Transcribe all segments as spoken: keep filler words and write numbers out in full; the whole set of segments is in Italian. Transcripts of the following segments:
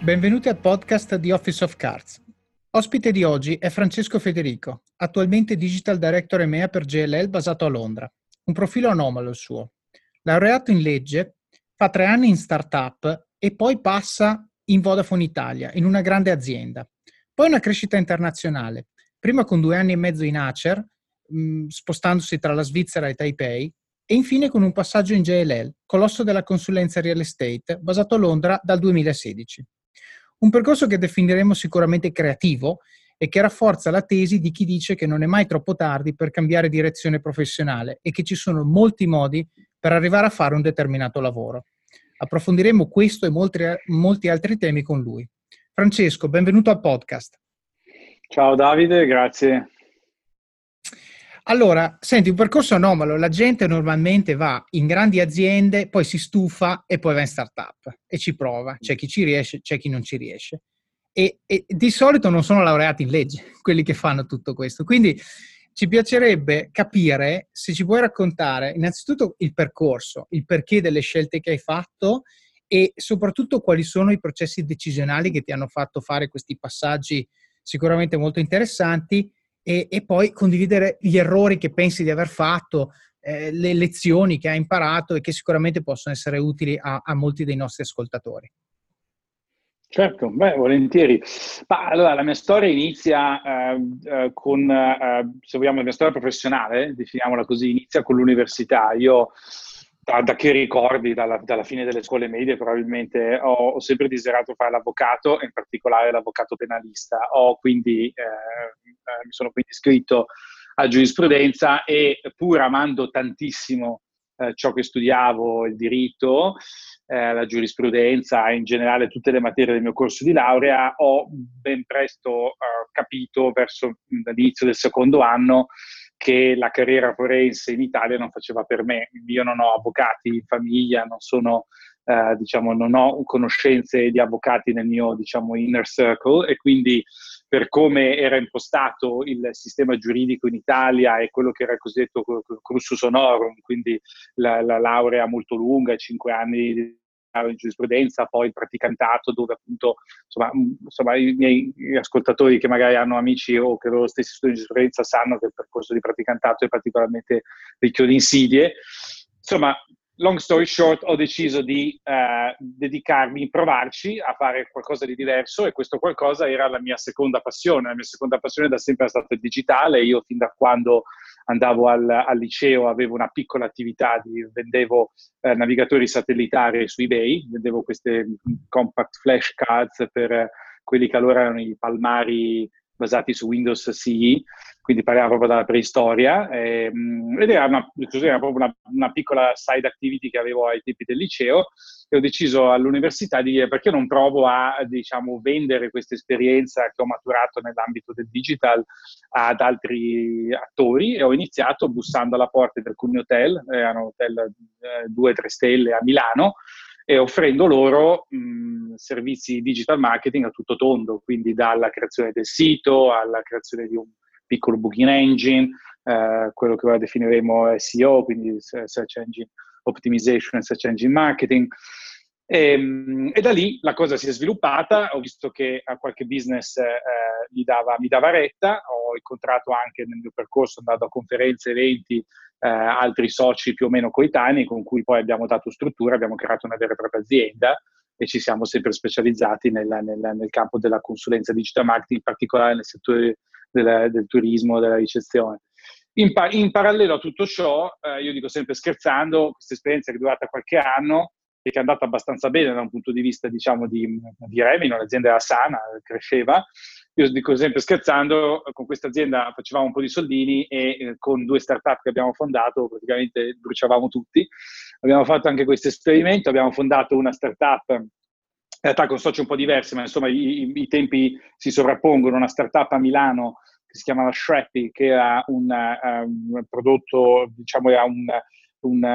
Benvenuti al podcast di Office of Cards. Ospite di oggi è Francesco Federico, attualmente Digital Director E M E A per J L L basato a Londra. Un profilo anomalo il suo. Laureato in legge, fa tre anni in startup e poi passa in Vodafone Italia, in una grande azienda. Poi una crescita internazionale, prima con due anni e mezzo in Acer, mh, spostandosi tra la Svizzera e Taipei, e infine con un passaggio in J L L, colosso della consulenza real estate, basato a Londra dal duemilasedici. Un percorso che definiremo sicuramente creativo e che rafforza la tesi di chi dice che non è mai troppo tardi per cambiare direzione professionale e che ci sono molti modi per arrivare a fare un determinato lavoro. Approfondiremo questo e molti, molti altri temi con lui. Francesco, benvenuto al podcast. Ciao Davide, grazie. Allora, senti, un percorso anomalo. La gente normalmente va in grandi aziende, poi si stufa e poi va in startup e ci prova. C'è chi ci riesce, c'è chi non ci riesce. E, e di solito non sono laureati in legge quelli che fanno tutto questo. Quindi ci piacerebbe capire se ci puoi raccontare innanzitutto il percorso, il perché delle scelte che hai fatto e soprattutto quali sono i processi decisionali che ti hanno fatto fare questi passaggi sicuramente molto interessanti. E, e poi condividere gli errori che pensi di aver fatto, eh, le lezioni che hai imparato e che sicuramente possono essere utili a, a molti dei nostri ascoltatori. Certo, beh, volentieri. Ma allora, la mia storia inizia eh, eh, con, eh, se vogliamo, la mia storia professionale, definiamola così, inizia con l'università. Io, da, da che ricordi, dalla, dalla fine delle scuole medie, probabilmente ho, ho sempre desiderato fare l'avvocato, in particolare l'avvocato penalista. Ho quindi, eh, eh, mi sono quindi iscritto a giurisprudenza e pur amando tantissimo eh, ciò che studiavo, il diritto, eh, la giurisprudenza e in generale tutte le materie del mio corso di laurea, ho ben presto eh, capito verso l'inizio del secondo anno che la carriera forense in Italia non faceva per me. Io non ho avvocati in famiglia, non sono, eh, diciamo, non ho conoscenze di avvocati nel mio, diciamo, inner circle, e quindi per come era impostato il sistema giuridico in Italia e quello che era il cosiddetto cursus honorum, quindi la, la laurea molto lunga, cinque anni di in giurisprudenza, poi il praticantato, dove appunto insomma, insomma i miei ascoltatori che magari hanno amici o che loro stessi studiano in giurisprudenza sanno che il percorso di praticantato è particolarmente ricco di insidie. Insomma, long story short, ho deciso di eh, dedicarmi, provarci a fare qualcosa di diverso, e questo qualcosa era la mia seconda passione. La mia seconda passione da sempre è stata il digitale. Io fin da quando andavo al, al liceo avevo una piccola attività, di, vendevo eh, navigatori satellitari su eBay, vendevo queste compact flash cards per eh, quelli che allora erano i palmari basati su Windows C E, quindi parliamo proprio dalla preistoria, e, ed era, una, era proprio una, una piccola side activity che avevo ai tempi del liceo, e ho deciso all'università di dire perché non provo a, diciamo, vendere questa esperienza che ho maturato nell'ambito del digital ad altri attori, e ho iniziato bussando alla porta di alcuni hotel, erano hotel eh, due o tre stelle a Milano, e offrendo loro mh, servizi digital marketing a tutto tondo, quindi dalla creazione del sito alla creazione di un piccolo booking engine, eh, quello che ora definiremo S E O, quindi Search Engine Optimization e Search Engine Marketing. E, e da lì la cosa si è sviluppata. Ho visto che a qualche business eh, mi, dava, mi dava retta, ho incontrato anche nel mio percorso, andando a conferenze, eventi, eh, altri soci più o meno coetanei con cui poi abbiamo dato struttura, abbiamo creato una vera e propria azienda e ci siamo sempre specializzati nella, nella, nel campo della consulenza digital marketing, in particolare nel settore del, del turismo, della ricezione. In, pa- in parallelo a tutto ciò, eh, io dico sempre scherzando, questa esperienza che è durata qualche anno e che è andata abbastanza bene da un punto di vista, diciamo, di, di revenue, l'azienda era sana, cresceva. Io dico sempre scherzando, con questa azienda facevamo un po' di soldini e eh, con due startup che abbiamo fondato praticamente bruciavamo tutti. Abbiamo fatto anche questo esperimento, abbiamo fondato una startup, in realtà con soci un po' diversi, ma insomma i, i tempi si sovrappongono, una startup a Milano che si chiamava Shrappy, che era un, uh, un prodotto, diciamo, era un, un,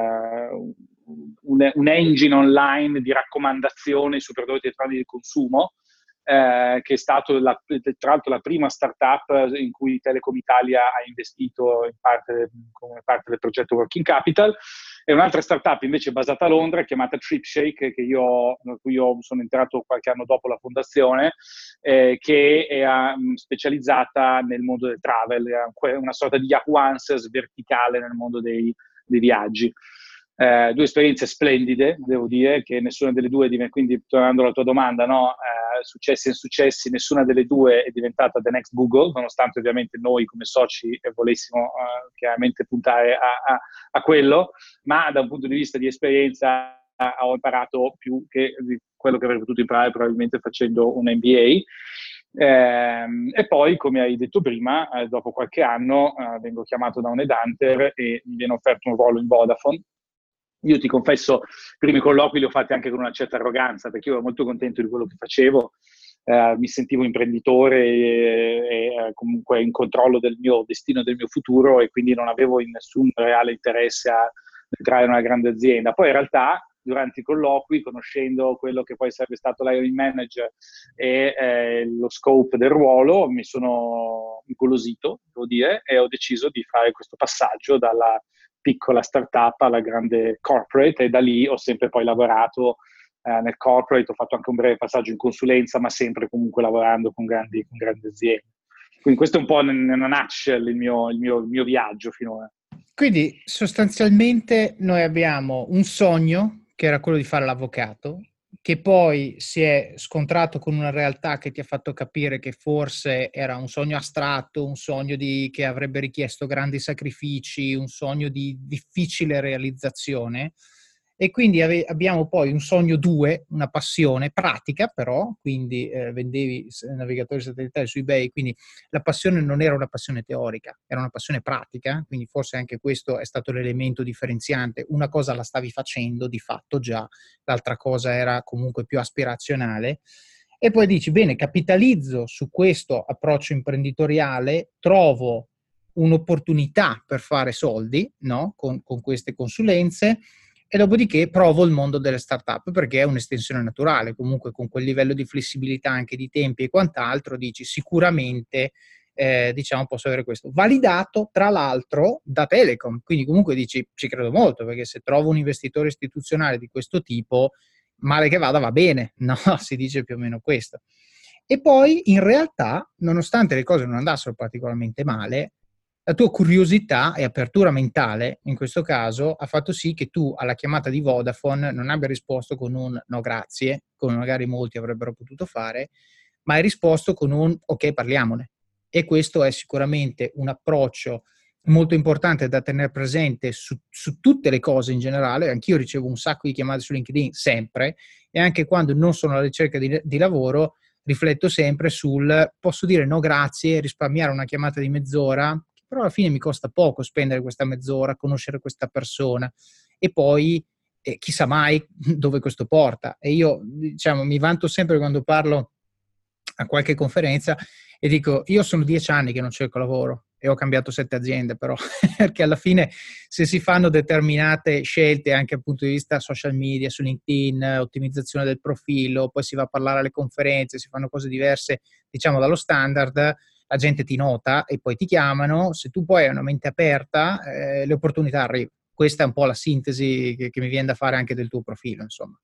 uh, un, un engine online di raccomandazione su prodotti elettronici di consumo, eh, che è stato la, tra l'altro la prima startup in cui Telecom Italia ha investito in parte, come parte del progetto Working Capital. E un'altra startup invece basata a Londra, chiamata TripShake, che io, in cui io sono entrato qualche anno dopo la fondazione, eh, che è um, specializzata nel mondo del travel, è una sorta di Yahoo Answers verticale nel mondo dei, dei viaggi. Eh, due esperienze splendide, devo dire, che nessuna delle due, quindi tornando alla tua domanda, no, eh, successi e insuccessi, nessuna delle due è diventata the next Google, nonostante ovviamente noi come soci volessimo eh, chiaramente puntare a, a, a quello, ma da un punto di vista di esperienza ho imparato più che di quello che avrei potuto imparare probabilmente facendo un M B A. Eh, e poi, come hai detto prima, eh, dopo qualche anno eh, vengo chiamato da un headhunter e mi viene offerto un ruolo in Vodafone. Io ti confesso, i primi colloqui li ho fatti anche con una certa arroganza, perché io ero molto contento di quello che facevo, eh, mi sentivo imprenditore e, e comunque in controllo del mio destino, del mio futuro, e quindi non avevo nessun reale interesse a entrare in una grande azienda. Poi in realtà, durante i colloqui, conoscendo quello che poi sarebbe stato l'hiring manager e eh, lo scope del ruolo, mi sono ingolosito, devo dire, e ho deciso di fare questo passaggio dalla piccola startup alla grande corporate, e da lì ho sempre poi lavorato eh, nel corporate, ho fatto anche un breve passaggio in consulenza, ma sempre comunque lavorando con grandi, con grandi aziende. Quindi questo è un po' in una nutshell il mio, il mio, il mio viaggio finora. Quindi sostanzialmente noi abbiamo un sogno, che era quello di fare l'avvocato, che poi si è scontrato con una realtà che ti ha fatto capire che forse era un sogno astratto, un sogno di, che avrebbe richiesto grandi sacrifici, un sogno di difficile realizzazione. E quindi ave- abbiamo poi un sogno due, una passione pratica però, quindi eh, vendevi navigatori satellitari su eBay, quindi la passione non era una passione teorica, era una passione pratica, quindi forse anche questo è stato l'elemento differenziante. Una cosa la stavi facendo di fatto già, l'altra cosa era comunque più aspirazionale. E poi dici, bene, capitalizzo su questo approccio imprenditoriale, trovo un'opportunità per fare soldi, no? con, con queste consulenze, e dopodiché provo il mondo delle startup, perché è un'estensione naturale, comunque con quel livello di flessibilità anche di tempi e quant'altro, dici sicuramente eh, diciamo posso avere questo. Validato tra l'altro da Telecom, quindi comunque dici ci credo molto, perché se trovo un investitore istituzionale di questo tipo, male che vada va bene, no? Si dice più o meno questo. E poi in realtà, nonostante le cose non andassero particolarmente male, la tua curiosità e apertura mentale, in questo caso, ha fatto sì che tu alla chiamata di Vodafone non abbia risposto con un no grazie, come magari molti avrebbero potuto fare, ma hai risposto con un ok, parliamone. E questo è sicuramente un approccio molto importante da tenere presente su, su tutte le cose in generale. Anch'io ricevo un sacco di chiamate su LinkedIn, sempre, e anche quando non sono alla ricerca di, di lavoro, rifletto sempre sul posso dire no grazie, risparmiare una chiamata di mezz'ora, però alla fine mi costa poco spendere questa mezz'ora, conoscere questa persona, e poi eh, chissà mai dove questo porta. E io, diciamo, mi vanto sempre quando parlo a qualche conferenza e dico, io sono dieci anni che non cerco lavoro e ho cambiato sette aziende, però, perché alla fine se si fanno determinate scelte anche dal punto di vista social media, su LinkedIn, ottimizzazione del profilo, poi si va a parlare alle conferenze, si fanno cose diverse, diciamo, dallo standard, la gente ti nota e poi ti chiamano. Se tu poi hai una mente aperta, eh, le opportunità arrivano. Questa è un po' la sintesi che, che mi viene da fare anche del tuo profilo, insomma.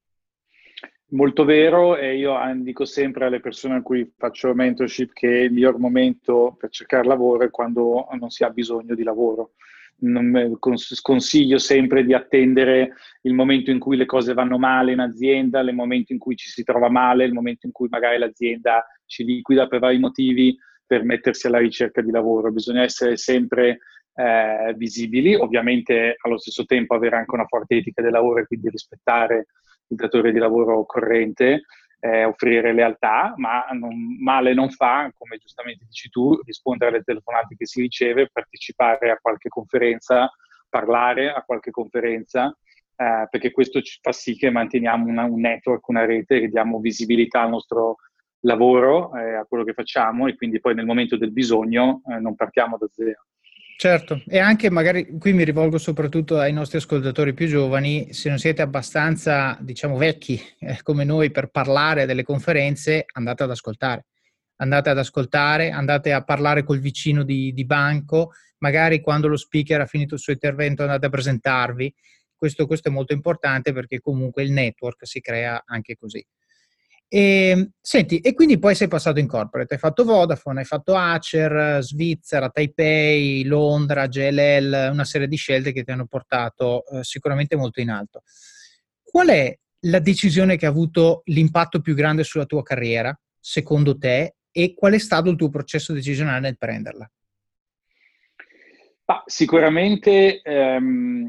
Molto vero, e io dico sempre alle persone a cui faccio mentorship che il miglior momento per cercare lavoro è quando non si ha bisogno di lavoro. Non consiglio sempre di attendere il momento in cui le cose vanno male in azienda, il momento in cui ci si trova male, il momento in cui magari l'azienda ci liquida per vari motivi, per mettersi alla ricerca di lavoro. Bisogna essere sempre eh, visibili, ovviamente allo stesso tempo avere anche una forte etica del lavoro e quindi rispettare il datore di lavoro corrente, eh, offrire lealtà, ma non, male non fa, come giustamente dici tu, rispondere alle telefonate che si riceve, partecipare a qualche conferenza, parlare a qualche conferenza, eh, perché questo ci fa sì che manteniamo una, un network, una rete, che diamo visibilità al nostro lavoro, eh, a quello che facciamo, e quindi poi nel momento del bisogno eh, non partiamo da zero. Certo, e anche magari qui mi rivolgo soprattutto ai nostri ascoltatori più giovani, se non siete abbastanza, diciamo, vecchi eh, come noi per parlare delle conferenze, andate ad ascoltare. andate ad ascoltare, andate a parlare col vicino di, di banco, magari quando lo speaker ha finito il suo intervento andate a presentarvi. Questo, questo è molto importante perché comunque il network si crea anche così. E, senti, e quindi poi sei passato in corporate, hai fatto Vodafone, hai fatto Acer, Svizzera, Taipei, Londra, J L L, una serie di scelte che ti hanno portato eh, sicuramente molto in alto. Qual è la decisione che ha avuto l'impatto più grande sulla tua carriera, secondo te, e qual è stato il tuo processo decisionale nel prenderla? Ah, sicuramente ehm,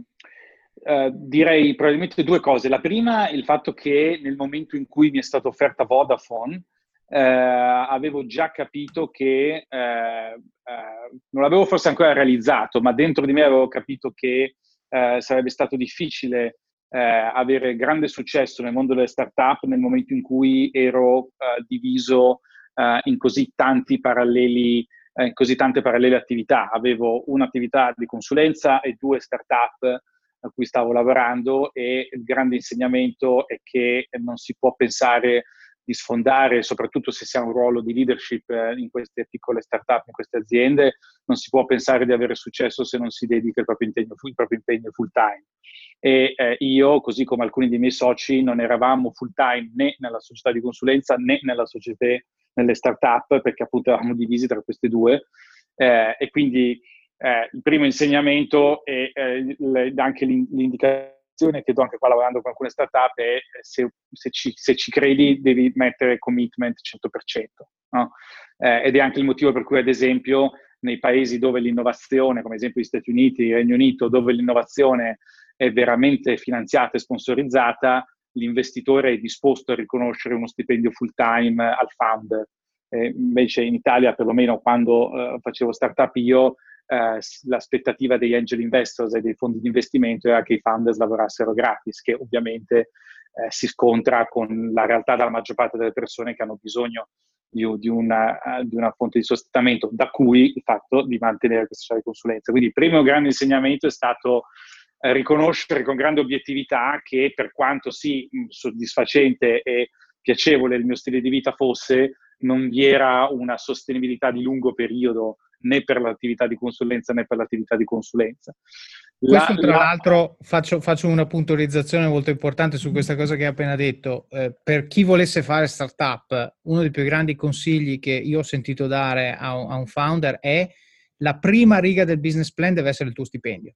eh, direi probabilmente due cose. La prima, il fatto che nel momento in cui mi è stata offerta Vodafone, eh, avevo già capito che, eh, eh, non l'avevo forse ancora realizzato, ma dentro di me avevo capito che eh, sarebbe stato difficile eh, avere grande successo nel mondo delle startup nel momento in cui ero eh, diviso eh, in così tanti paralleli in così tante parallele attività. Avevo un'attività di consulenza e due startup a cui stavo lavorando, e il grande insegnamento è che non si può pensare di sfondare, soprattutto se si ha un ruolo di leadership in queste piccole startup, in queste aziende, non si può pensare di avere successo se non si dedica il proprio impegno, il proprio impegno full time. E eh, io, così come alcuni dei miei soci, non eravamo full time né nella società di consulenza né nella società nelle start-up, perché appunto eravamo divisi tra queste due, eh, e quindi eh, il primo insegnamento e eh, le, anche l'indicazione che do anche qua lavorando con alcune start-up è se, se, ci, se ci credi devi mettere commitment cento per cento, no? Eh, ed è anche il motivo per cui, ad esempio, nei paesi dove l'innovazione, come ad esempio gli Stati Uniti, il Regno Unito, dove l'innovazione è veramente finanziata e sponsorizzata, l'investitore è disposto a riconoscere uno stipendio full time al founder. Eh, invece in Italia, perlomeno quando eh, facevo startup io, eh, l'aspettativa degli angel investors e dei fondi di investimento era che i founders lavorassero gratis, che ovviamente eh, si scontra con la realtà della maggior parte delle persone che hanno bisogno di, di, una, di una fonte di sostentamento, da cui il fatto di mantenere questa società di consulenza. Quindi il primo grande insegnamento è stato riconoscere con grande obiettività che, per quanto sì soddisfacente e piacevole il mio stile di vita fosse, non vi era una sostenibilità di lungo periodo né per l'attività di consulenza né per l'attività di consulenza. Questo, La, tra la... l'altro, faccio, faccio una puntualizzazione molto importante su questa cosa che hai appena detto. Eh, per chi volesse fare startup, uno dei più grandi consigli che io ho sentito dare a un, a un founder è: la prima riga del business plan deve essere il tuo stipendio.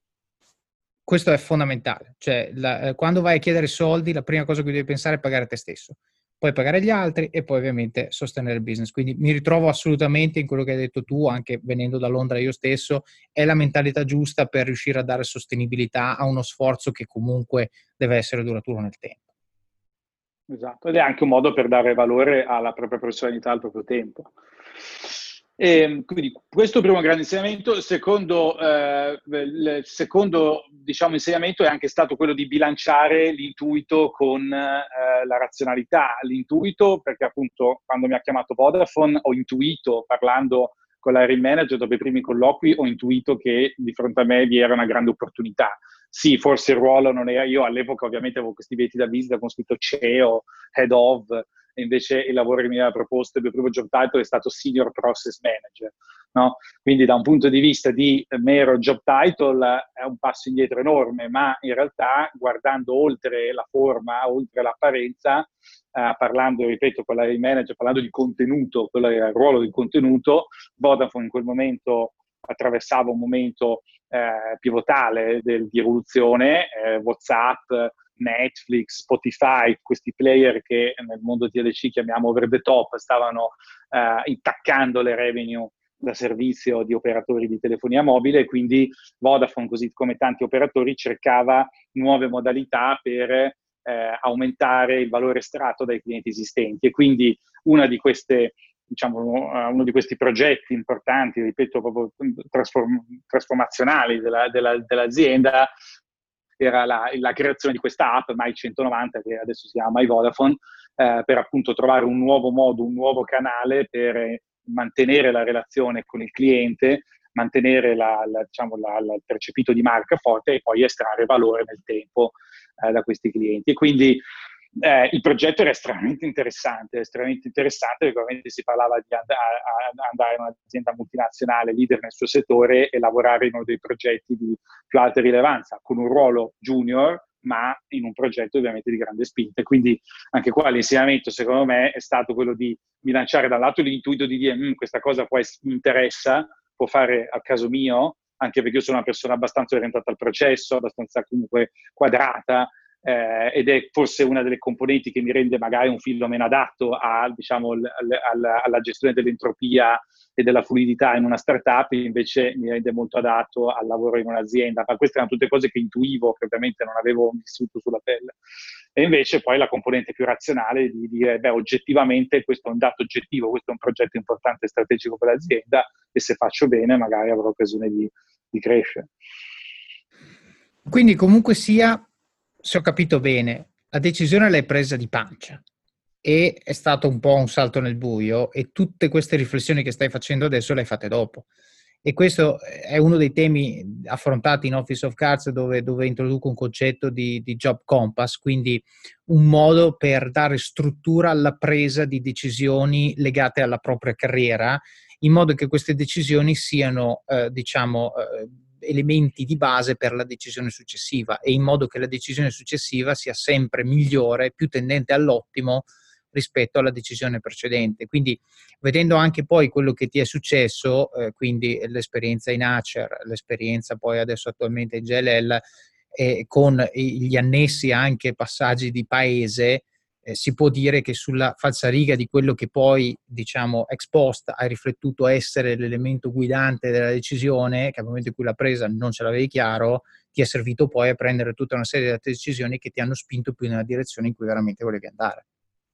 Questo è fondamentale. Cioè, la, eh, quando vai a chiedere soldi, la prima cosa che devi pensare è pagare te stesso, poi pagare gli altri e poi ovviamente sostenere il business. Quindi mi ritrovo assolutamente in quello che hai detto tu, anche venendo da Londra io stesso. È la mentalità giusta per riuscire a dare sostenibilità a uno sforzo che comunque deve essere duraturo nel tempo. Esatto, ed è anche un modo per dare valore alla propria personalità, al proprio tempo. E quindi questo è il primo grande insegnamento. Il secondo, eh, il secondo diciamo, insegnamento è anche stato quello di bilanciare l'intuito con eh, la razionalità. L'intuito perché appunto quando mi ha chiamato Vodafone ho intuito, parlando con l'hiring manager dopo i primi colloqui, ho intuito che di fronte a me vi era una grande opportunità. Sì, forse il ruolo non era, io all'epoca ovviamente avevo questi biglietti da visita con scritto C E O, Head of, e invece il lavoro che mi aveva proposto, il mio primo job title è stato Senior Process Manager, no? Quindi da un punto di vista di mero job title è un passo indietro enorme, ma in realtà guardando oltre la forma, oltre l'apparenza, eh, parlando, ripeto, con la manager, parlando di contenuto, quello era il ruolo di contenuto, Vodafone in quel momento attraversava un momento eh, pivotale del, di evoluzione, eh, WhatsApp, Netflix, Spotify, questi player che nel mondo T L C chiamiamo over the top, stavano eh, intaccando le revenue da servizio di operatori di telefonia mobile, e quindi Vodafone, così come tanti operatori, cercava nuove modalità per eh, aumentare il valore estratto dai clienti esistenti. E quindi una di queste diciamo, uno di questi progetti importanti, ripeto, proprio trasform- trasformazionali della, della, dell'azienda era la, la creazione di questa app My centonovanta, che adesso si chiama My Vodafone, eh, per appunto trovare un nuovo modo, un nuovo canale per mantenere la relazione con il cliente, mantenere la, la, diciamo, la, la, il percepito di marca forte e poi estrarre valore nel tempo eh, da questi clienti. E quindi Eh, il progetto era estremamente interessante, estremamente interessante perché ovviamente si parlava di and- a- andare in un'azienda multinazionale leader nel suo settore e lavorare in uno dei progetti di più alta rilevanza, con un ruolo junior, ma in un progetto ovviamente di grande spinta. Quindi anche qua l'insegnamento, secondo me, è stato quello di bilanciare da un lato l'intuito di dire questa cosa può es- mi interessa, può fare al caso mio, anche perché io sono una persona abbastanza orientata al processo, abbastanza comunque quadrata, eh, ed è forse una delle componenti che mi rende magari un filo meno adatto a, diciamo, l- al- al- alla gestione dell'entropia e della fluidità in una startup, invece mi rende molto adatto al lavoro in un'azienda. Ma queste erano tutte cose che intuivo, che ovviamente non avevo vissuto sulla pelle. E invece poi la componente più razionale di dire, beh, oggettivamente questo è un dato oggettivo, questo è un progetto importante e strategico per l'azienda e se faccio bene magari avrò occasione di, di crescere. Quindi comunque sia, se ho capito bene, la decisione l'hai presa di pancia e è stato un po' un salto nel buio e tutte queste riflessioni che stai facendo adesso le hai fatte dopo. E questo è uno dei temi affrontati in Office of Cards dove, dove introduco un concetto di, di job compass, quindi un modo per dare struttura alla presa di decisioni legate alla propria carriera, in modo che queste decisioni siano, eh, diciamo, eh, elementi di base per la decisione successiva e in modo che la decisione successiva sia sempre migliore, più tendente all'ottimo rispetto alla decisione precedente. Quindi vedendo anche poi quello che ti è successo, eh, quindi l'esperienza in Acer, l'esperienza poi adesso attualmente in J L L, eh, con gli annessi anche passaggi di paese, eh, si può dire che sulla falsariga di quello che poi, diciamo, ex post hai riflettuto essere l'elemento guidante della decisione, che al momento in cui l'ha presa non ce l'avevi chiaro, ti è servito poi a prendere tutta una serie di altre decisioni che ti hanno spinto più nella direzione in cui veramente volevi andare.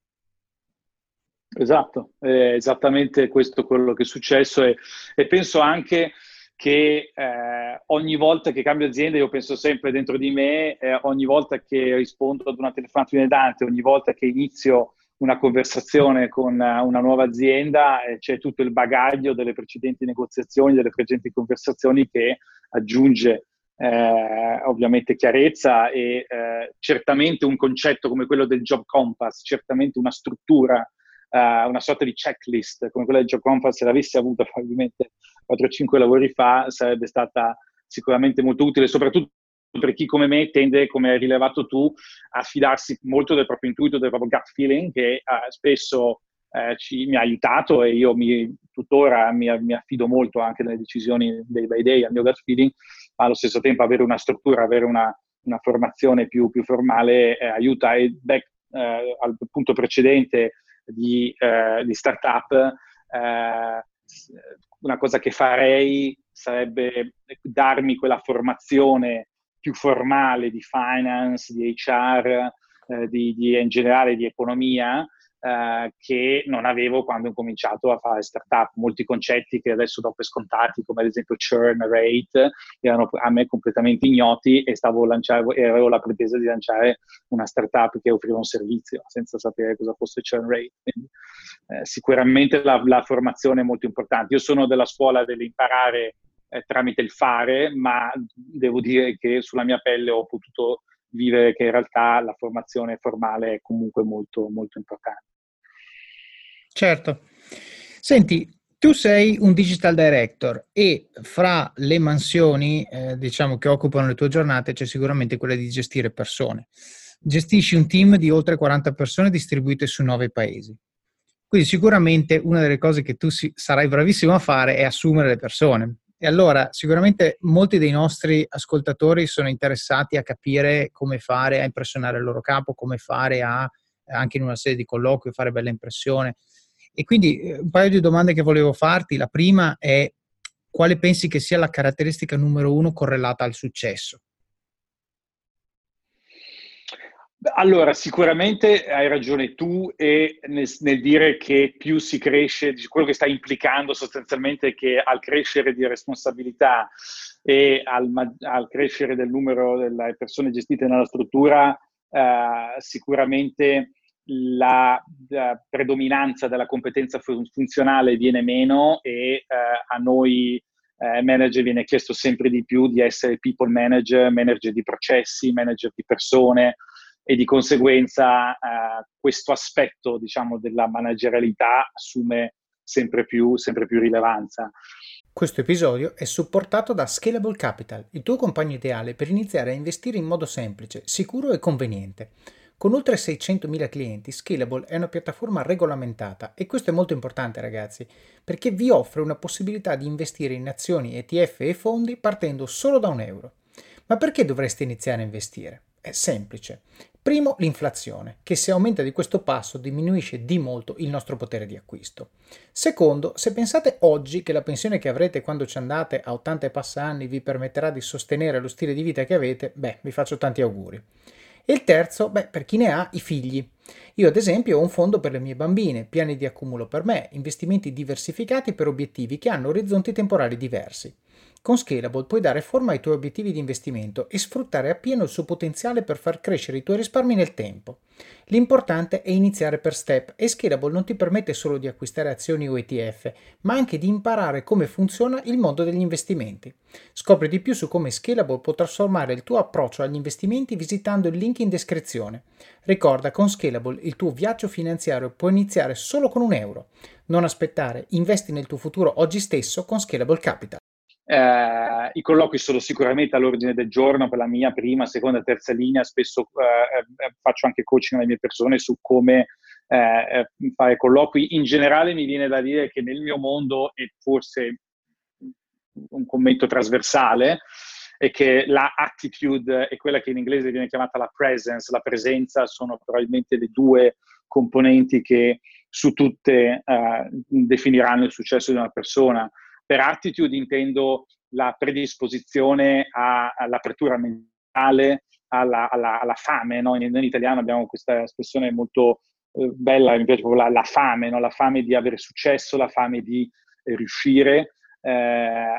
Esatto, è esattamente questo quello che è successo e, e penso anche che eh, ogni volta che cambio azienda, io penso sempre dentro di me, eh, ogni volta che rispondo ad una telefonata inedante, ogni volta che inizio una conversazione con una nuova azienda, eh, c'è tutto il bagaglio delle precedenti negoziazioni, delle precedenti conversazioni che aggiunge eh, ovviamente chiarezza e eh, certamente un concetto come quello del job compass, certamente una struttura, Uh, una sorta di checklist come quella del Job Compass, se l'avessi avuta probabilmente quattro o cinque lavori fa, sarebbe stata sicuramente molto utile, soprattutto per chi come me tende, come hai rilevato tu, a fidarsi molto del proprio intuito, del proprio gut feeling, che uh, spesso uh, ci, mi ha aiutato e io mi, tuttora mi, mi affido molto anche nelle decisioni day by day al mio gut feeling, ma allo stesso tempo avere una struttura, avere una, una formazione più, più formale eh, aiuta. E back, eh, al punto precedente di, eh, di startup, eh, una cosa che farei sarebbe darmi quella formazione più formale di finance, di H R, eh, di, di, in generale di economia, eh, che non avevo quando ho cominciato a fare startup. Molti concetti che adesso do per scontati, come ad esempio churn rate, erano a me completamente ignoti e stavo lanciando, e avevo la pretesa di lanciare una startup che offriva un servizio senza sapere cosa fosse churn rate. Quindi, eh, sicuramente la, la formazione è molto importante. Io sono della scuola dell'imparare eh, tramite il fare, ma devo dire che sulla mia pelle ho potuto vivere che in realtà la formazione formale è comunque molto, molto importante. Certo. Senti, tu sei un digital director e fra le mansioni, eh, diciamo, che occupano le tue giornate c'è sicuramente quella di gestire persone. Gestisci un team di oltre quaranta persone distribuite su nove paesi. Quindi sicuramente una delle cose che tu si, sarai bravissimo a fare è assumere le persone. E allora sicuramente molti dei nostri ascoltatori sono interessati a capire come fare a impressionare il loro capo, come fare a, anche in una serie di colloqui, fare bella impressione. E quindi eh, un paio di domande che volevo farti. La prima è: quale pensi che sia la caratteristica numero uno correlata al successo? Allora, sicuramente hai ragione tu e nel, nel dire che più si cresce, quello che sta implicando sostanzialmente è che al crescere di responsabilità e al, al crescere del numero delle persone gestite nella struttura, eh, sicuramente la, la predominanza della competenza fun- funzionale viene meno e eh, a noi eh, manager viene chiesto sempre di più di essere people manager, manager di processi, manager di persone, e di conseguenza eh, questo aspetto, diciamo, della managerialità assume sempre più, sempre più rilevanza. Questo episodio è supportato da Scalable Capital, il tuo compagno ideale per iniziare a investire in modo semplice, sicuro e conveniente. Con oltre seicentomila clienti, Scalable è una piattaforma regolamentata e questo è molto importante, ragazzi, perché vi offre una possibilità di investire in azioni, E T F e fondi partendo solo da un euro. Ma perché dovreste iniziare a investire? È semplice. Primo, l'inflazione, che se aumenta di questo passo diminuisce di molto il nostro potere di acquisto. Secondo, se pensate oggi che la pensione che avrete quando ci andate a ottanta e passa anni vi permetterà di sostenere lo stile di vita che avete, beh, vi faccio tanti auguri. E il terzo, beh, per chi ne ha, i figli. Io ad esempio ho un fondo per le mie bambine, piani di accumulo per me, investimenti diversificati per obiettivi che hanno orizzonti temporali diversi. Con Scalable puoi dare forma ai tuoi obiettivi di investimento e sfruttare appieno il suo potenziale per far crescere i tuoi risparmi nel tempo. L'importante è iniziare per step e Scalable non ti permette solo di acquistare azioni o E T F, ma anche di imparare come funziona il mondo degli investimenti. Scopri di più su come Scalable può trasformare il tuo approccio agli investimenti visitando il link in descrizione. Ricorda, con Scalable il tuo viaggio finanziario può iniziare solo con un euro. Non aspettare, investi nel tuo futuro oggi stesso con Scalable Capital. Eh, I colloqui sono sicuramente all'ordine del giorno per la mia prima, seconda, terza linea. Spesso eh, eh, faccio anche coaching alle mie persone su come eh, fare colloqui. In generale mi viene da dire che nel mio mondo, e forse un commento trasversale, è che la attitude e quella che in inglese viene chiamata la presence, la presenza, sono probabilmente le due componenti che su tutte eh, definiranno il successo di una persona. Per attitude intendo la predisposizione a, all'apertura mentale, alla, alla, alla fame, no? in, in italiano abbiamo questa espressione molto eh, bella, mi piace proprio la, la fame, no? La fame di avere successo, la fame di eh, riuscire, eh,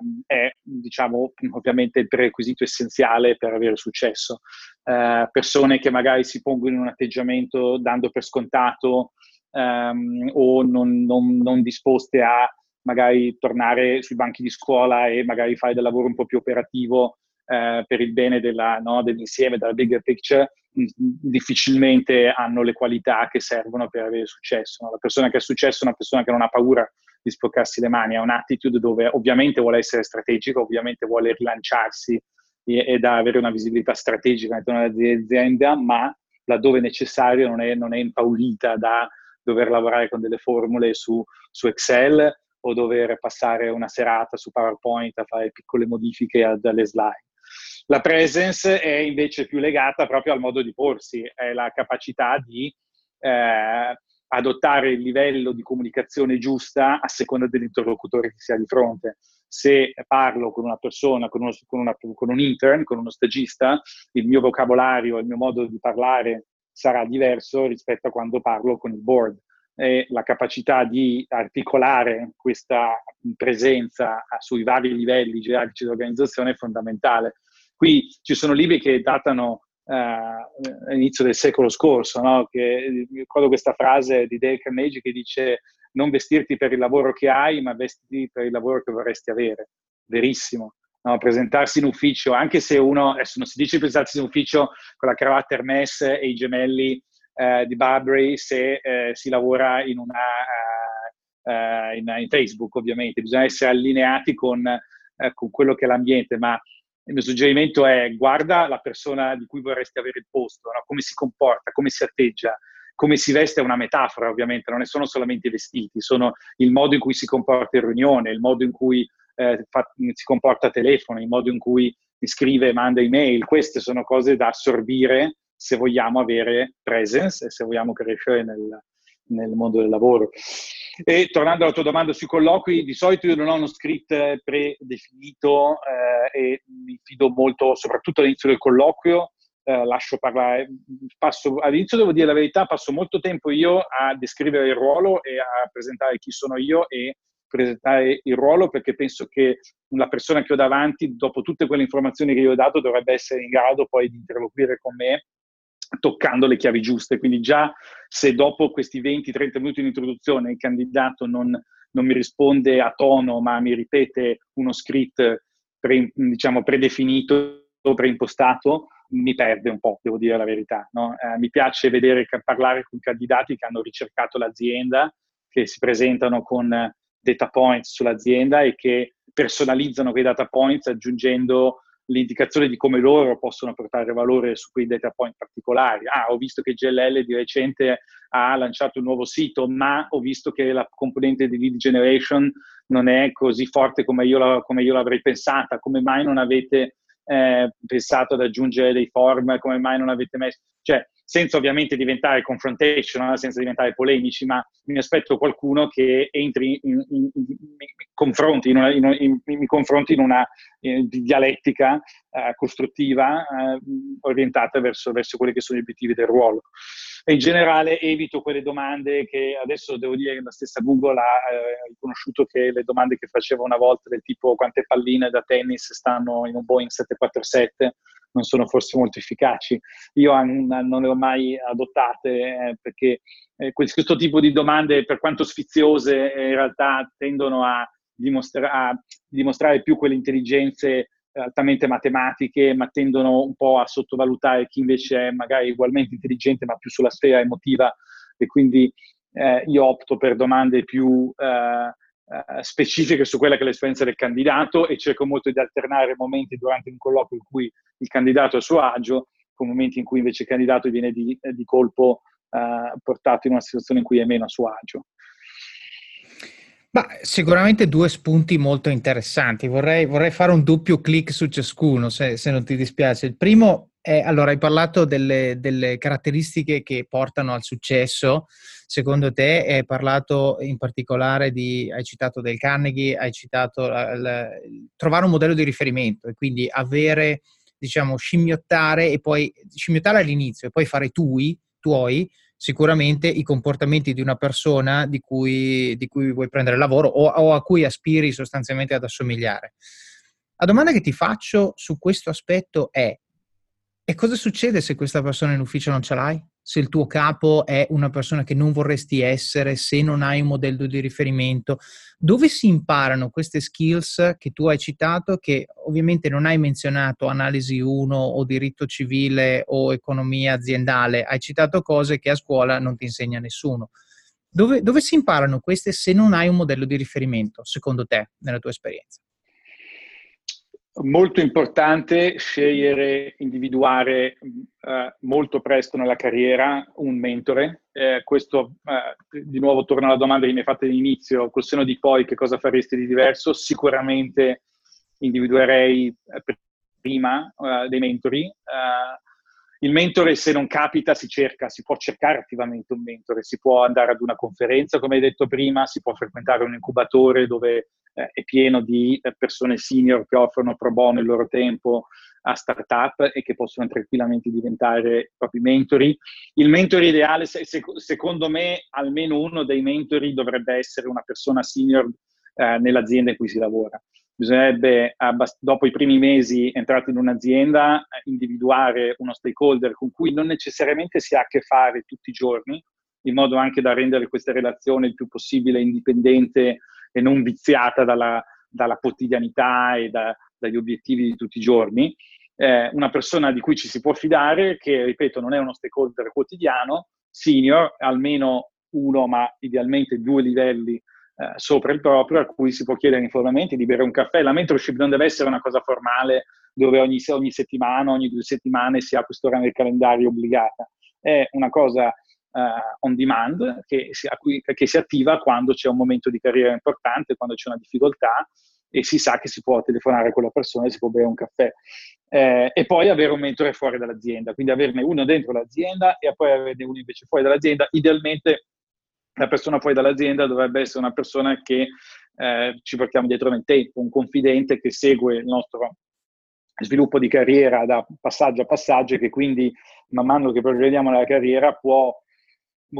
è, diciamo, ovviamente il prerequisito essenziale per avere successo. Eh, persone che magari si pongono in un atteggiamento dando per scontato ehm, o non, non, non disposte a magari tornare sui banchi di scuola e magari fare del lavoro un po' più operativo eh, per il bene della, no, dell'insieme, della bigger picture, mh, difficilmente hanno le qualità che servono per avere successo. No? La persona che ha successo è una persona che non ha paura di sporcarsi le mani, ha un'attitude dove ovviamente vuole essere strategico, ovviamente vuole rilanciarsi e, e da avere una visibilità strategica all'interno dell'azienda, ma laddove necessario non è, non è impaurita da dover lavorare con delle formule su, su Excel o dover passare una serata su PowerPoint a fare piccole modifiche alle slide. La presence è invece più legata proprio al modo di porsi, è la capacità di eh, adottare il livello di comunicazione giusta a seconda dell'interlocutore che si ha di fronte. Se parlo con una persona, con, uno, con, una, con un intern, con uno stagista, il mio vocabolario, il mio modo di parlare sarà diverso rispetto a quando parlo con il board. E la capacità di articolare questa presenza sui vari livelli gerarchici dell'organizzazione è fondamentale. Qui ci sono libri che datano eh, all'inizio del secolo scorso, no? Che, ricordo questa frase di Dale Carnegie che dice: non vestirti per il lavoro che hai, ma vestiti per il lavoro che vorresti avere. Verissimo. No, presentarsi in ufficio, anche se uno, adesso non si dice presentarsi in ufficio con la cravatta Hermès e i gemelli eh, di Burberry se eh, si lavora in, una, uh, uh, in, in Facebook, ovviamente. Bisogna essere allineati con, uh, con quello che è l'ambiente, ma il mio suggerimento è: guarda la persona di cui vorresti avere il posto, no? Come si comporta, come si atteggia. Come si veste è una metafora, ovviamente, non sono solamente i vestiti, sono il modo in cui si comporta in riunione, il modo in cui eh, fa, si comporta a telefono, il modo in cui scrive e manda email. Queste sono cose da assorbire se vogliamo avere presence e se vogliamo crescere nel, nel mondo del lavoro. E tornando alla tua domanda sui colloqui, di solito io non ho uno script predefinito eh, e mi fido molto, soprattutto all'inizio del colloquio, eh, lascio parlare, passo, all'inizio devo dire la verità, passo molto tempo io a descrivere il ruolo e a presentare chi sono io e presentare il ruolo, perché penso che la persona che ho davanti, dopo tutte quelle informazioni che io ho dato, dovrebbe essere in grado poi di interloquire con me toccando le chiavi giuste. Quindi già se dopo questi venti trenta minuti di introduzione il candidato non, non mi risponde a tono, ma mi ripete uno script pre, diciamo predefinito, preimpostato, mi perde un po', devo dire la verità, no? Eh, mi piace vedere, parlare con candidati che hanno ricercato l'azienda, che si presentano con data points sull'azienda e che personalizzano quei data points aggiungendo l'indicazione di come loro possono portare valore su quei data point particolari. Ah, ho visto che G L L di recente ha lanciato un nuovo sito, ma ho visto che la componente di lead generation non è così forte come io, la, come io l'avrei pensata. Come mai non avete eh, pensato ad aggiungere dei form? Come mai non avete messo... Cioè, senza ovviamente diventare confrontational, senza diventare polemici, ma mi aspetto qualcuno che entri in, in, in, in confronti, in una, in, in, in, confronti in una in dialettica eh, costruttiva eh, orientata verso, verso quelli che sono gli obiettivi del ruolo. E in generale evito quelle domande che adesso devo dire che la stessa Google ha eh, riconosciuto che le domande che faceva una volta del tipo quante palline da tennis stanno in un Boeing sette quattro sette non sono forse molto efficaci. Io non le ho mai adottate eh, perché eh, questo tipo di domande, per quanto sfiziose, eh, in realtà tendono a, dimostra- a dimostrare più quelle intelligenze altamente matematiche, ma tendono un po' a sottovalutare chi invece è magari ugualmente intelligente, ma più sulla sfera emotiva, e quindi eh, io opto per domande più eh, Uh, specifiche su quella che è l'esperienza del candidato e cerco molto di alternare momenti durante un colloquio in cui il candidato è a suo agio con momenti in cui invece il candidato viene di, di colpo uh, portato in una situazione in cui è meno a suo agio. Ma sicuramente due spunti molto interessanti. Vorrei, vorrei fare un doppio clic su ciascuno, se, se non ti dispiace. Il primo è, allora, hai parlato delle, delle caratteristiche che portano al successo, secondo te, e hai parlato in particolare di, hai citato Dale Carnegie, hai citato la, la, trovare un modello di riferimento e quindi avere, diciamo, scimmiottare e poi scimmiottare all'inizio e poi fare tui, tuoi, sicuramente i comportamenti di una persona di cui, di cui vuoi prendere lavoro o, o a cui aspiri sostanzialmente ad assomigliare. La domanda che ti faccio su questo aspetto è: e cosa succede se questa persona in ufficio non ce l'hai? Se il tuo capo è una persona che non vorresti essere, se non hai un modello di riferimento? Dove si imparano queste skills che tu hai citato, che ovviamente non hai menzionato analisi uno o diritto civile o economia aziendale, hai citato cose che a scuola non ti insegna nessuno. Dove, dove si imparano queste se non hai un modello di riferimento, secondo te, nella tua esperienza? Molto importante scegliere, individuare eh, molto presto nella carriera un mentore. Eh, questo, eh, di nuovo, torno alla domanda che mi hai fatto all'inizio, col senno di poi che cosa faresti di diverso? Sicuramente individuerei eh, prima eh, dei mentori. Eh, il mentore, se non capita, si cerca, si può cercare attivamente un mentore, si può andare ad una conferenza, come hai detto prima, si può frequentare un incubatore dove eh, è pieno di eh, persone senior che offrono pro bono il loro tempo a startup e che possono tranquillamente diventare propri mentori. Il mentore ideale, se, se, secondo me, almeno uno dei mentori dovrebbe essere una persona senior eh, nell'azienda in cui si lavora. Bisognerebbe, dopo i primi mesi entrati in un'azienda, individuare uno stakeholder con cui non necessariamente si ha a che fare tutti i giorni, in modo anche da rendere questa relazione il più possibile indipendente e non viziata dalla, dalla quotidianità e da, dagli obiettivi di tutti i giorni. Eh, una persona di cui ci si può fidare, che, ripeto, non è uno stakeholder quotidiano, senior, almeno uno, ma idealmente due livelli Eh, sopra il proprio, a cui si può chiedere informalmente di bere un caffè. La mentorship non deve essere una cosa formale dove ogni, ogni settimana, ogni due settimane si ha quest'ora nel calendario obbligata. È una cosa uh, on demand che si, a cui, che si attiva quando c'è un momento di carriera importante, quando c'è una difficoltà e si sa che si può telefonare a quella persona e si può bere un caffè. Eh, e poi avere un mentore fuori dall'azienda, quindi averne uno dentro l'azienda e poi averne uno invece fuori dall'azienda. Idealmente la persona fuori dall'azienda dovrebbe essere una persona che eh, ci portiamo dietro nel tempo, un confidente che segue il nostro sviluppo di carriera da passaggio a passaggio e che quindi man mano che progrediamo nella carriera può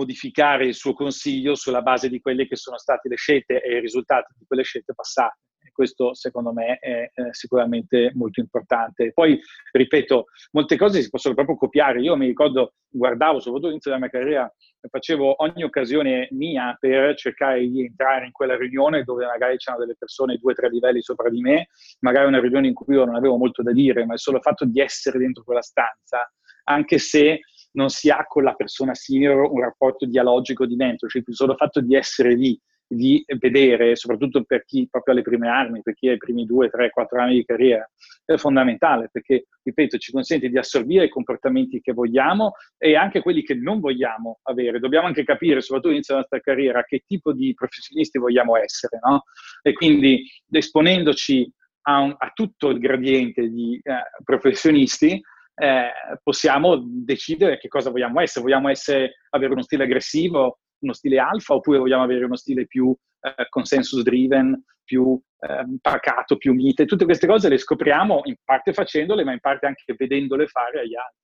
modificare il suo consiglio sulla base di quelle che sono state le scelte e i risultati di quelle scelte passate. questo secondo me è eh, sicuramente molto importante. Poi, ripeto, molte cose si possono proprio copiare. Io mi ricordo, guardavo, soprattutto all'inizio della mia carriera, facevo ogni occasione mia per cercare di entrare in quella riunione dove magari c'erano delle persone due o tre livelli sopra di me, magari una riunione in cui io non avevo molto da dire, ma il solo fatto di essere dentro quella stanza, anche se non si ha con la persona senior un rapporto dialogico di mentorship, il solo fatto di essere lì, di vedere, soprattutto per chi proprio ha le prime armi, per chi ha i primi due, tre, quattro anni di carriera, è fondamentale, perché, ripeto, ci consente di assorbire i comportamenti che vogliamo e anche quelli che non vogliamo avere. Dobbiamo anche capire, soprattutto all'inizio della nostra carriera, che tipo di professionisti vogliamo essere, no? E quindi esponendoci a, un, a tutto il gradiente di eh, professionisti, eh, possiamo decidere che cosa vogliamo essere. Vogliamo essere, avere uno stile aggressivo, uno stile alfa, oppure vogliamo avere uno stile più eh, consensus driven, più eh, pacato, più mite. Tutte queste cose le scopriamo in parte facendole, ma in parte anche vedendole fare agli altri.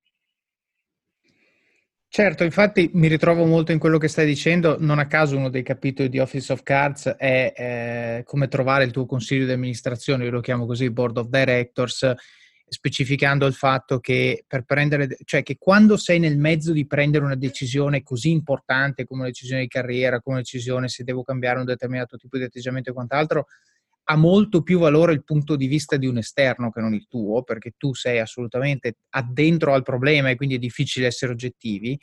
Certo, infatti mi ritrovo molto in quello che stai dicendo. Non a caso uno dei capitoli di Office of Cards è eh, come trovare il tuo consiglio di amministrazione, io lo chiamo così, Board of Directors, specificando il fatto che per prendere, cioè che quando sei nel mezzo di prendere una decisione così importante come una decisione di carriera, come una decisione se devo cambiare un determinato tipo di atteggiamento e quant'altro, ha molto più valore il punto di vista di un esterno che non il tuo, perché tu sei assolutamente addentro al problema e quindi è difficile essere oggettivi.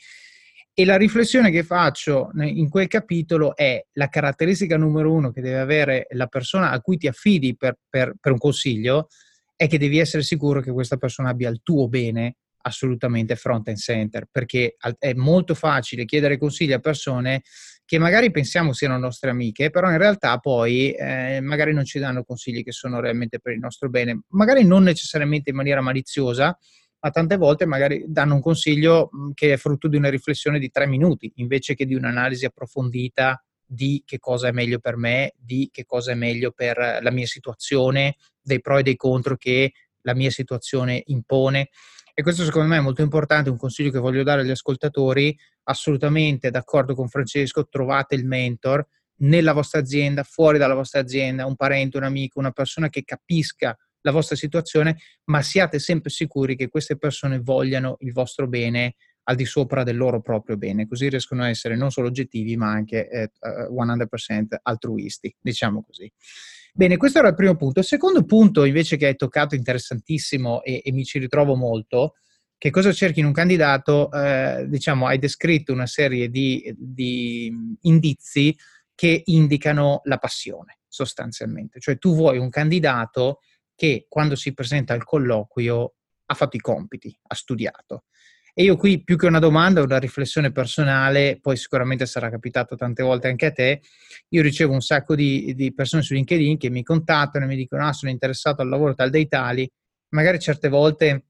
E la riflessione che faccio in quel capitolo è la caratteristica numero uno che deve avere la persona a cui ti affidi per, per, per un consiglio, è che devi essere sicuro che questa persona abbia il tuo bene assolutamente front and center, perché è molto facile chiedere consigli a persone che magari pensiamo siano nostre amiche, però in realtà poi eh, magari non ci danno consigli che sono realmente per il nostro bene, magari non necessariamente in maniera maliziosa, ma tante volte magari danno un consiglio che è frutto di una riflessione di tre minuti, invece che di un'analisi approfondita di che cosa è meglio per me, di che cosa è meglio per la mia situazione, dei pro e dei contro che la mia situazione impone. E questo secondo me è molto importante, un consiglio che voglio dare agli ascoltatori: assolutamente d'accordo con Francesco, trovate il mentor nella vostra azienda, fuori dalla vostra azienda, un parente, un amico, una persona che capisca la vostra situazione, ma siate sempre sicuri che queste persone vogliano il vostro bene al di sopra del loro proprio bene, così riescono a essere non solo oggettivi ma anche eh, cento per cento altruisti, diciamo così. Bene, questo era il primo punto. Il secondo punto invece che hai toccato, interessantissimo, e, e mi ci ritrovo molto: che cosa cerchi in un candidato? Eh, diciamo, hai descritto una serie di, di indizi che indicano la passione, sostanzialmente. Cioè tu vuoi un candidato che quando si presenta al colloquio ha fatto i compiti, ha studiato. E io qui, più che una domanda, una riflessione personale, poi sicuramente sarà capitato tante volte anche a te, io ricevo un sacco di, di persone su LinkedIn che mi contattano e mi dicono: ah, sono interessato al lavoro tal dei tali, magari certe volte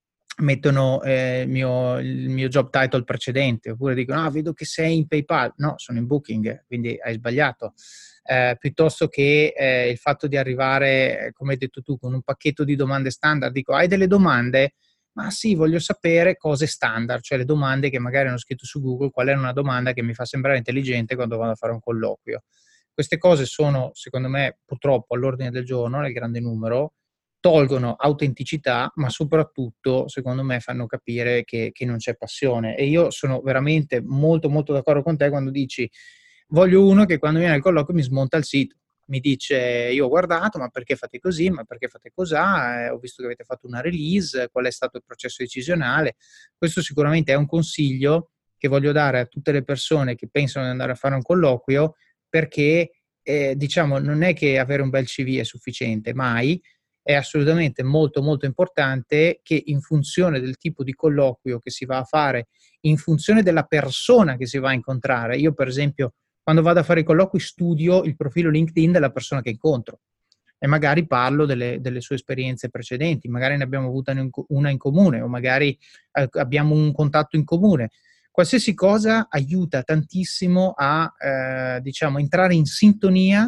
mettono eh, il, mio, il mio job title precedente, oppure dicono: ah, vedo che sei in PayPal. No, sono in Booking, quindi hai sbagliato. Eh, piuttosto che eh, il fatto di arrivare, come hai detto tu, con un pacchetto di domande standard. Dico: hai delle domande? Ma sì, voglio sapere cose standard, cioè le domande che magari hanno scritto su Google, qual è una domanda che mi fa sembrare intelligente quando vado a fare un colloquio. Queste cose sono, secondo me, purtroppo all'ordine del giorno, nel grande numero, tolgono autenticità, ma soprattutto, secondo me, fanno capire che, che non c'è passione. E io sono veramente molto, molto d'accordo con te quando dici: voglio uno che quando viene al colloquio mi smonta il sito. Mi dice: io ho guardato, ma perché fate così, ma perché fate cos'ha, eh, ho visto che avete fatto una release, qual è stato il processo decisionale. Questo sicuramente è un consiglio che voglio dare a tutte le persone che pensano di andare a fare un colloquio, perché eh, diciamo, non è che avere un bel C V è sufficiente, mai. È assolutamente molto molto importante che, in funzione del tipo di colloquio che si va a fare, in funzione della persona che si va a incontrare, io per esempio quando vado a fare i colloqui studio il profilo LinkedIn della persona che incontro e magari parlo delle, delle sue esperienze precedenti, magari ne abbiamo avuta una in comune o magari eh, abbiamo un contatto in comune. Qualsiasi cosa aiuta tantissimo a eh, diciamo entrare in sintonia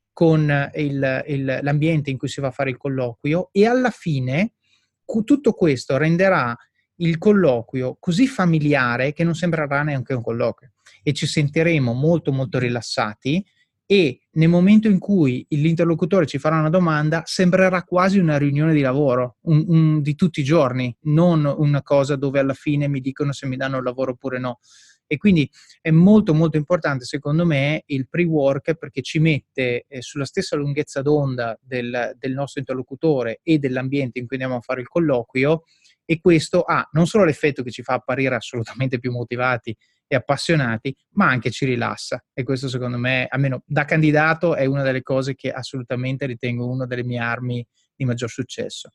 con il, il, l'ambiente in cui si va a fare il colloquio, e alla fine tutto questo renderà il colloquio così familiare che non sembrerà neanche un colloquio e ci sentiremo molto molto rilassati e nel momento in cui l'interlocutore ci farà una domanda sembrerà quasi una riunione di lavoro, un, un, di tutti i giorni, non una cosa dove alla fine mi dicono se mi danno il lavoro oppure no. E quindi è molto molto importante secondo me il pre-work, perché ci mette eh, sulla stessa lunghezza d'onda del, del nostro interlocutore e dell'ambiente in cui andiamo a fare il colloquio, e questo ha non solo l'effetto che ci fa apparire assolutamente più motivati e appassionati, ma anche ci rilassa. E questo secondo me, almeno da candidato, è una delle cose che assolutamente ritengo una delle mie armi di maggior successo.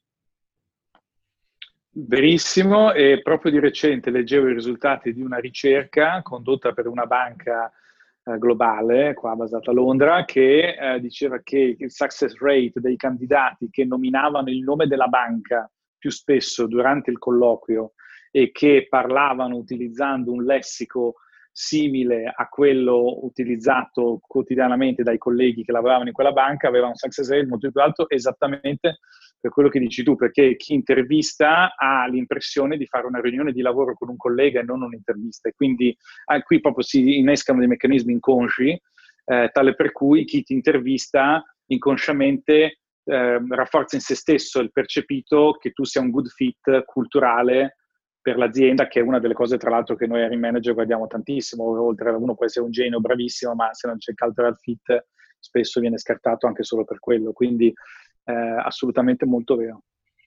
Verissimo, e proprio di recente leggevo i risultati di una ricerca condotta per una banca eh, globale, qua basata a Londra, che eh, diceva che il success rate dei candidati che nominavano il nome della banca più spesso durante il colloquio e che parlavano utilizzando un lessico simile a quello utilizzato quotidianamente dai colleghi che lavoravano in quella banca, aveva un success rate molto più alto, esattamente per quello che dici tu, perché chi intervista ha l'impressione di fare una riunione di lavoro con un collega e non un'intervista, e quindi ah, qui proprio si innescano dei meccanismi inconsci, eh, tale per cui chi ti intervista inconsciamente eh, rafforza in se stesso il percepito che tu sia un good fit culturale per l'azienda, che è una delle cose tra l'altro che noi hiring manager guardiamo tantissimo. Oltre a uno può essere un genio bravissimo, ma se non c'è il cultural fit spesso viene scartato anche solo per quello, quindi eh, assolutamente molto vero.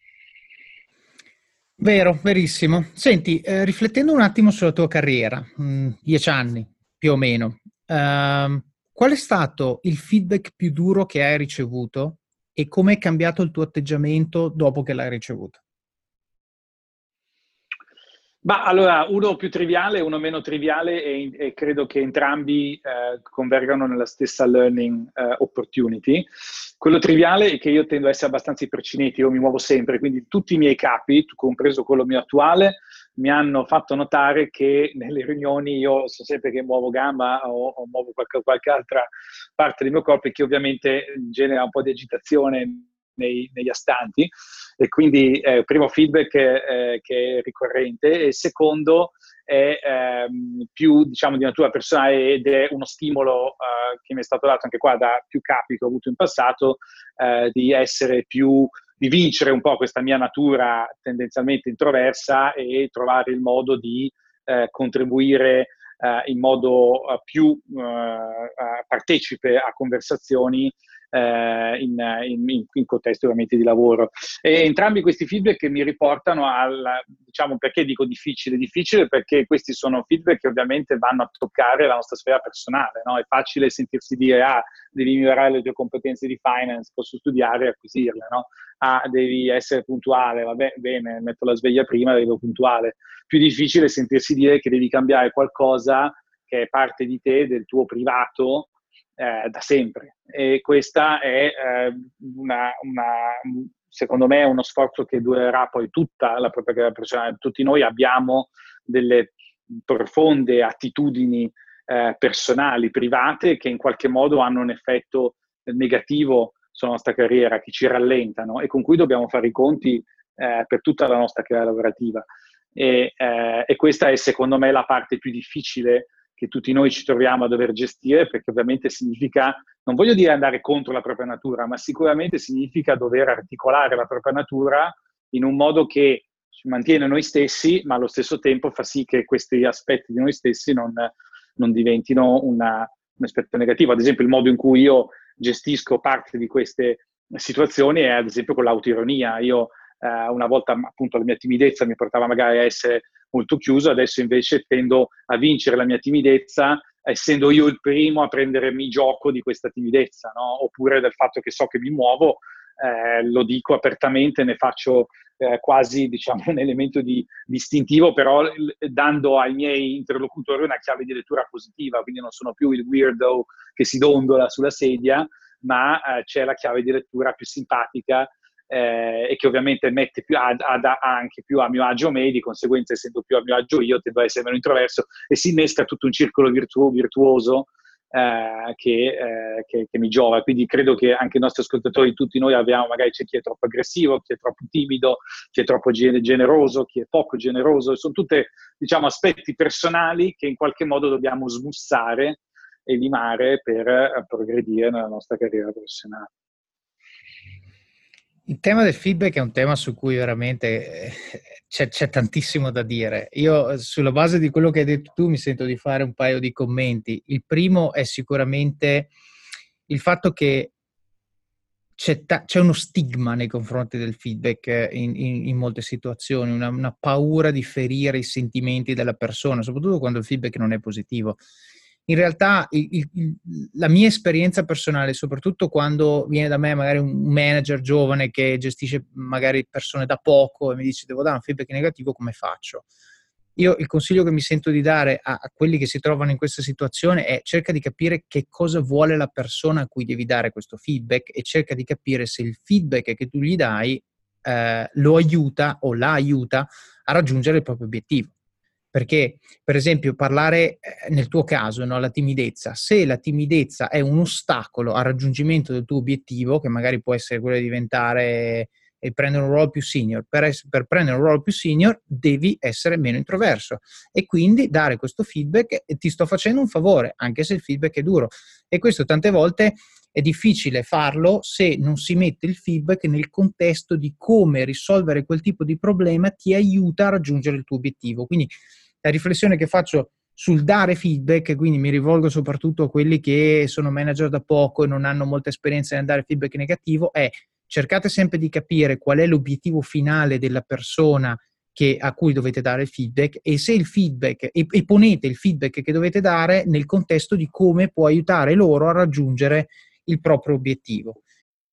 Vero, verissimo. Senti, eh, riflettendo un attimo sulla tua carriera, mh, dieci anni più o meno, ehm, qual è stato il feedback più duro che hai ricevuto e come è cambiato il tuo atteggiamento dopo che l'hai ricevuto? Ma allora, uno più triviale e uno meno triviale, e, e credo che entrambi eh, convergano nella stessa learning eh, opportunity. Quello triviale è che io tendo a essere abbastanza ipercinetico, io mi muovo sempre, quindi tutti i miei capi, compreso quello mio attuale, mi hanno fatto notare che nelle riunioni io so sempre che muovo gamba o, o muovo qualche, qualche altra parte del mio corpo, e che ovviamente genera un po' di agitazione nei, negli astanti. E quindi eh, primo feedback eh, che è ricorrente, e secondo è ehm, più diciamo di natura personale, ed è uno stimolo eh, che mi è stato dato anche qua da più capi che ho avuto in passato, eh, di essere più, di vincere un po' questa mia natura tendenzialmente introversa e trovare il modo di eh, contribuire eh, in modo uh, più uh, partecipe a conversazioni eh, in, in, in contesti ovviamente di lavoro. E entrambi questi feedback mi riportano al, diciamo, perché dico difficile? Difficile perché questi sono feedback che ovviamente vanno a toccare la nostra sfera personale, no? È facile sentirsi dire, ah, devi migliorare le tue competenze di finance, posso studiare e acquisirle, no? Ah, devi essere puntuale, vabbè, bene, metto la sveglia prima, arrivo puntuale. Più difficile sentirsi dire che devi cambiare qualcosa che è parte di te, del tuo privato, eh, da sempre. E questa è eh, una, una, secondo me, uno sforzo che durerà poi tutta la propria carriera personale. Tutti noi abbiamo delle profonde attitudini eh, personali, private, che in qualche modo hanno un effetto negativo sulla nostra carriera, che ci rallentano e con cui dobbiamo fare i conti eh, per tutta la nostra carriera lavorativa. E, eh, e questa è secondo me la parte più difficile che tutti noi ci troviamo a dover gestire, perché ovviamente significa, non voglio dire andare contro la propria natura, ma sicuramente significa dover articolare la propria natura in un modo che ci mantiene noi stessi, ma allo stesso tempo fa sì che questi aspetti di noi stessi non, non diventino una, un aspetto negativo. Ad esempio, il modo in cui io gestisco parte di queste situazioni è ad esempio con l'autoironia. Io eh, una volta appunto la mia timidezza mi portava magari a essere molto chiuso, adesso invece tendo a vincere la mia timidezza, essendo io il primo a prendermi gioco di questa timidezza, no? Oppure del fatto che so che mi muovo, eh, lo dico apertamente, ne faccio eh, quasi diciamo un elemento di, distintivo, però l- dando ai miei interlocutori una chiave di lettura positiva, quindi non sono più il weirdo che si dondola sulla sedia, ma eh, c'è la chiave di lettura più simpatica eh, e che ovviamente mette più ad, ad, anche più a mio agio me, di conseguenza essendo più a mio agio io tendo a essere meno introverso, e si innesca tutto un circolo virtuo, virtuoso eh, che, eh, che, che mi giova. Quindi credo che anche i nostri ascoltatori, tutti noi abbiamo, magari c'è chi è troppo aggressivo, chi è troppo timido, chi è troppo generoso, chi è poco generoso, sono tutte diciamo aspetti personali che in qualche modo dobbiamo smussare e limare per eh, progredire nella nostra carriera professionale. Il tema del feedback è un tema su cui veramente eh, c'è, c'è tantissimo da dire. Io, sulla base di quello che hai detto tu, mi sento di fare un paio di commenti. Il primo è sicuramente il fatto che c'è, ta- c'è uno stigma nei confronti del feedback in, in- in molte situazioni, una, una paura di ferire i sentimenti della persona, soprattutto quando il feedback non è positivo. In realtà il- il- la mia esperienza personale, soprattutto quando viene da me magari un manager giovane che gestisce magari persone da poco e mi dice devo dare un feedback negativo, come faccio? Io il consiglio che mi sento di dare a, a quelli che si trovano in questa situazione è: cerca di capire che cosa vuole la persona a cui devi dare questo feedback e cerca di capire se il feedback che tu gli dai eh, lo aiuta o la aiuta a raggiungere il proprio obiettivo. Perché, per esempio, parlare eh, nel tuo caso, no, la timidezza, se la timidezza è un ostacolo al raggiungimento del tuo obiettivo, che magari può essere quello di diventare e prendere un ruolo più senior, per, es- per prendere un ruolo più senior devi essere meno introverso e quindi dare questo feedback e ti sto facendo un favore, anche se il feedback è duro. E questo tante volte è difficile farlo se non si mette il feedback nel contesto di come risolvere quel tipo di problema ti aiuta a raggiungere il tuo obiettivo. Quindi la riflessione che faccio sul dare feedback, quindi mi rivolgo soprattutto a quelli che sono manager da poco e non hanno molta esperienza nel dare feedback negativo, è: cercate sempre di capire qual è l'obiettivo finale della persona che, a cui dovete dare il feedback, e se il feedback e, e ponete il feedback che dovete dare nel contesto di come può aiutare loro a raggiungere il proprio obiettivo.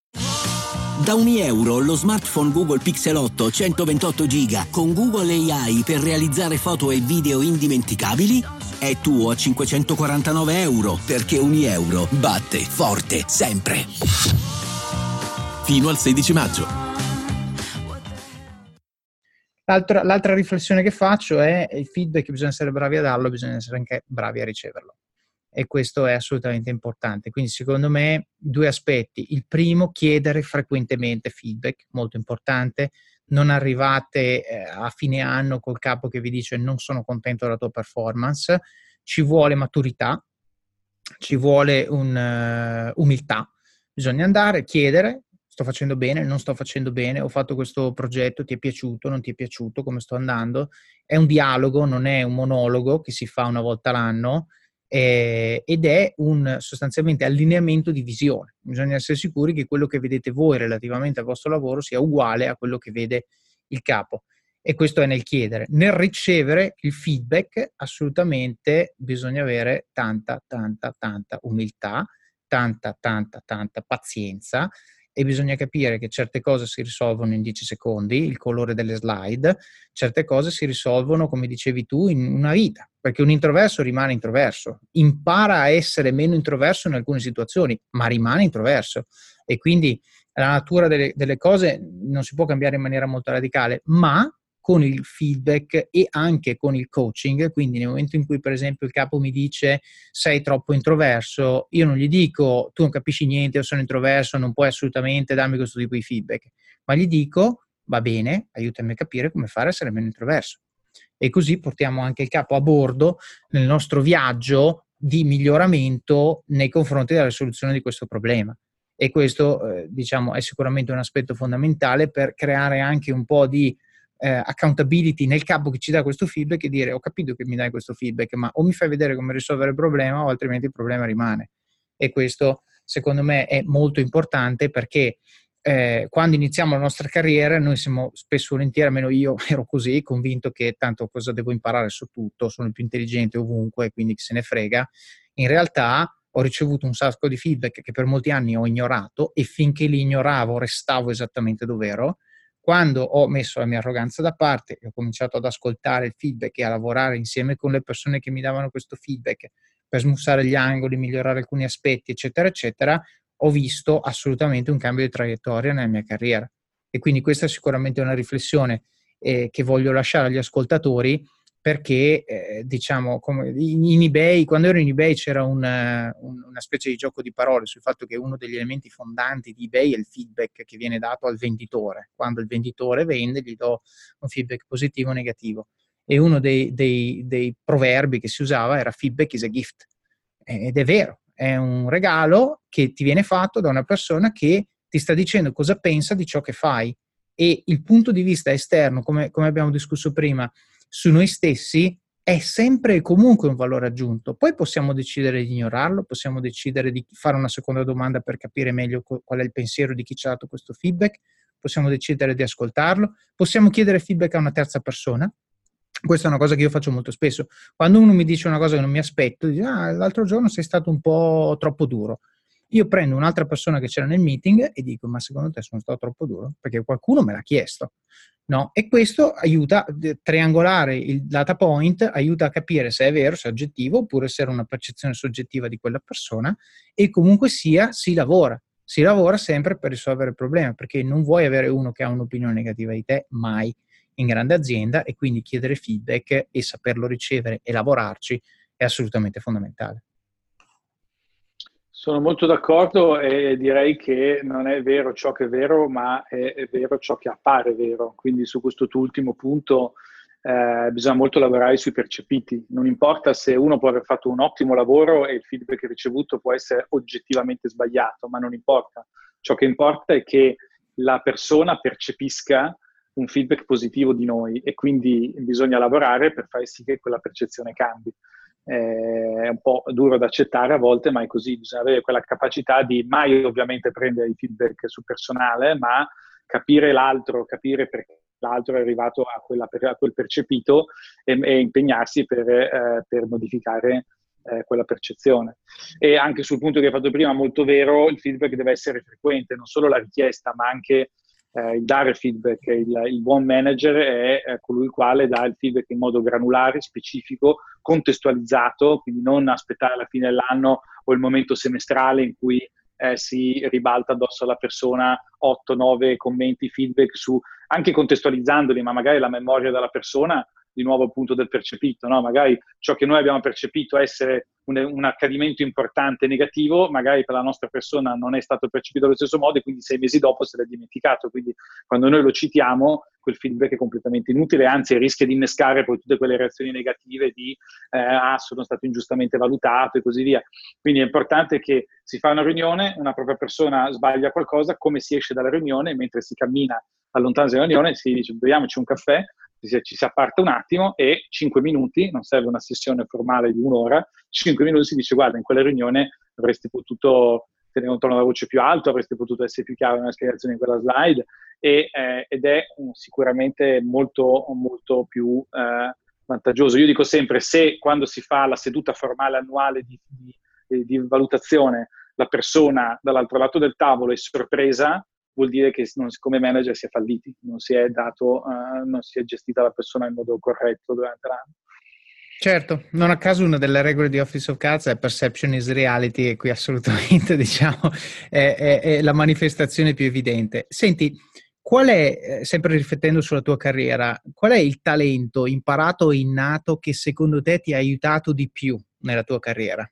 Da un euro lo smartphone Google Pixel otto centoventotto giga con Google A I per realizzare foto e video indimenticabili è tuo a cinquecentoquarantanove euro, perché un euro batte forte sempre. Fino al sedici maggio. L'altra, l'altra riflessione che faccio è: il feedback bisogna essere bravi a darlo, bisogna essere anche bravi a riceverlo. E questo è assolutamente importante. Quindi secondo me due aspetti: il primo, chiedere frequentemente feedback, molto importante. Non arrivate eh, a fine anno col capo che vi dice non sono contento della tua performance. Ci vuole maturità, ci vuole un, uh, umiltà. Bisogna andare, chiedere: sto facendo bene, non sto facendo bene, ho fatto questo progetto, ti è piaciuto, non ti è piaciuto, come sto andando? È un dialogo, non è un monologo che si fa una volta l'anno. Eh, ed è un sostanzialmente allineamento di visione. Bisogna essere sicuri che quello che vedete voi relativamente al vostro lavoro sia uguale a quello che vede il capo, e questo è nel chiedere. Nel ricevere il feedback assolutamente bisogna avere tanta tanta tanta umiltà, tanta tanta tanta pazienza, e bisogna capire che certe cose si risolvono in dieci secondi, il colore delle slide, certe cose si risolvono, come dicevi tu, in una vita, perché un introverso rimane introverso, impara a essere meno introverso in alcune situazioni, ma rimane introverso, e quindi la natura delle, delle cose non si può cambiare in maniera molto radicale, ma con il feedback e anche con il coaching. Quindi nel momento in cui per esempio il capo mi dice sei troppo introverso, io non gli dico tu non capisci niente, io sono introverso, non puoi assolutamente darmi questo tipo di feedback, ma gli dico va bene, aiutami a capire come fare a essere meno introverso, e così portiamo anche il capo a bordo nel nostro viaggio di miglioramento nei confronti della risoluzione di questo problema. E questo eh, diciamo è sicuramente un aspetto fondamentale per creare anche un po' di eh, accountability nel capo che ci dà questo feedback, e dire: ho capito che mi dai questo feedback, ma o mi fai vedere come risolvere il problema o altrimenti il problema rimane. E questo secondo me è molto importante, perché eh, quando iniziamo la nostra carriera noi siamo spesso volentieri, almeno io ero così, convinto che tanto cosa devo imparare su tutto, sono il più intelligente ovunque, quindi chi se ne frega. In realtà ho ricevuto un sacco di feedback che per molti anni ho ignorato, e finché li ignoravo restavo esattamente dove ero. Quando ho messo la mia arroganza da parte e ho cominciato ad ascoltare il feedback e a lavorare insieme con le persone che mi davano questo feedback per smussare gli angoli, migliorare alcuni aspetti, eccetera, eccetera, ho visto assolutamente un cambio di traiettoria nella mia carriera. E quindi questa è sicuramente una riflessione eh, che voglio lasciare agli ascoltatori, perché eh, diciamo come in, in eBay, quando ero in eBay c'era un, un, una specie di gioco di parole sul fatto che uno degli elementi fondanti di eBay è il feedback che viene dato al venditore. Quando il venditore vende gli do un feedback positivo o negativo, e uno dei, dei, dei proverbi che si usava era feedback is a gift. ed è vero, è un regalo che ti viene fatto da una persona che ti sta dicendo cosa pensa di ciò che fai, e il punto di vista esterno, come, come abbiamo discusso prima, su noi stessi è sempre e comunque un valore aggiunto. Poi possiamo decidere di ignorarlo, possiamo decidere di fare una seconda domanda per capire meglio qual è il pensiero di chi ci ha dato questo feedback, possiamo decidere di ascoltarlo, possiamo chiedere feedback a una terza persona. Questa è una cosa che io faccio molto spesso. Quando uno mi dice una cosa che non mi aspetto, dice, ah, l'altro giorno sei stato un po' troppo duro. Io prendo un'altra persona che c'era nel meeting e dico, ma secondo te sono stato troppo duro? Perché qualcuno me l'ha chiesto, no? E questo aiuta a triangolare il data point, aiuta a capire se è vero, se è oggettivo, oppure se era una percezione soggettiva di quella persona, e comunque sia, si lavora. Si lavora sempre per risolvere il problema, perché non vuoi avere uno che ha un'opinione negativa di te, mai, in grande azienda, e quindi chiedere feedback e saperlo ricevere e lavorarci è assolutamente fondamentale. Sono molto d'accordo e direi che non è vero ciò che è vero, ma è, è vero ciò che appare vero. Quindi su questo tuo ultimo punto eh, bisogna molto lavorare sui percepiti. Non importa se uno può aver fatto un ottimo lavoro e il feedback ricevuto può essere oggettivamente sbagliato, ma non importa. Ciò che importa è che la persona percepisca un feedback positivo di noi, e quindi bisogna lavorare per fare sì che quella percezione cambi. È un po' duro da accettare a volte, ma è così. Bisogna avere quella capacità di mai ovviamente prendere i feedback sul personale, ma capire l'altro, capire perché l'altro è arrivato a, quella, a quel percepito e, e impegnarsi per, eh, per modificare eh, quella percezione. E anche sul punto che hai fatto prima, molto vero, il feedback deve essere frequente, non solo la richiesta, ma anche Eh, il dare feedback. Il, il buon manager è eh, colui il quale dà il feedback in modo granulare, specifico, contestualizzato, quindi non aspettare la fine dell'anno o il momento semestrale in cui eh, si ribalta addosso alla persona otto nove commenti, feedback su, anche contestualizzandoli, ma magari la memoria della persona, di nuovo appunto del percepito, no? Magari ciò che noi abbiamo percepito essere un, un accadimento importante negativo, magari per la nostra persona non è stato percepito allo stesso modo, e quindi sei mesi dopo se l'è dimenticato. Quindi quando noi lo citiamo, quel feedback è completamente inutile, anzi rischia di innescare poi tutte quelle reazioni negative di eh, ah, sono stato ingiustamente valutato e così via. Quindi è importante che si fa una riunione, una propria persona sbaglia qualcosa, come si esce dalla riunione, mentre si cammina allontanarsi dalla riunione, si dice beviamoci un caffè, ci si apparte un attimo e cinque minuti, non serve una sessione formale di un'ora, cinque minuti si dice guarda, in quella riunione avresti potuto tenere un tono della voce più alto, avresti potuto essere più chiaro nella spiegazione di quella slide, e, eh, ed è um, sicuramente molto, molto più eh, vantaggioso. Io dico sempre, se quando si fa la seduta formale annuale di, di, di valutazione la persona dall'altro lato del tavolo è sorpresa, vuol dire che non, come manager si è falliti, non si è dato, uh, non si è gestita la persona in modo corretto durante l'anno. Certo, non a caso una delle regole di Office of Cards è perception is reality, e qui assolutamente diciamo è, è, è la manifestazione più evidente. Senti, qual è, sempre riflettendo sulla tua carriera, qual è il talento imparato o innato che secondo te ti ha aiutato di più nella tua carriera?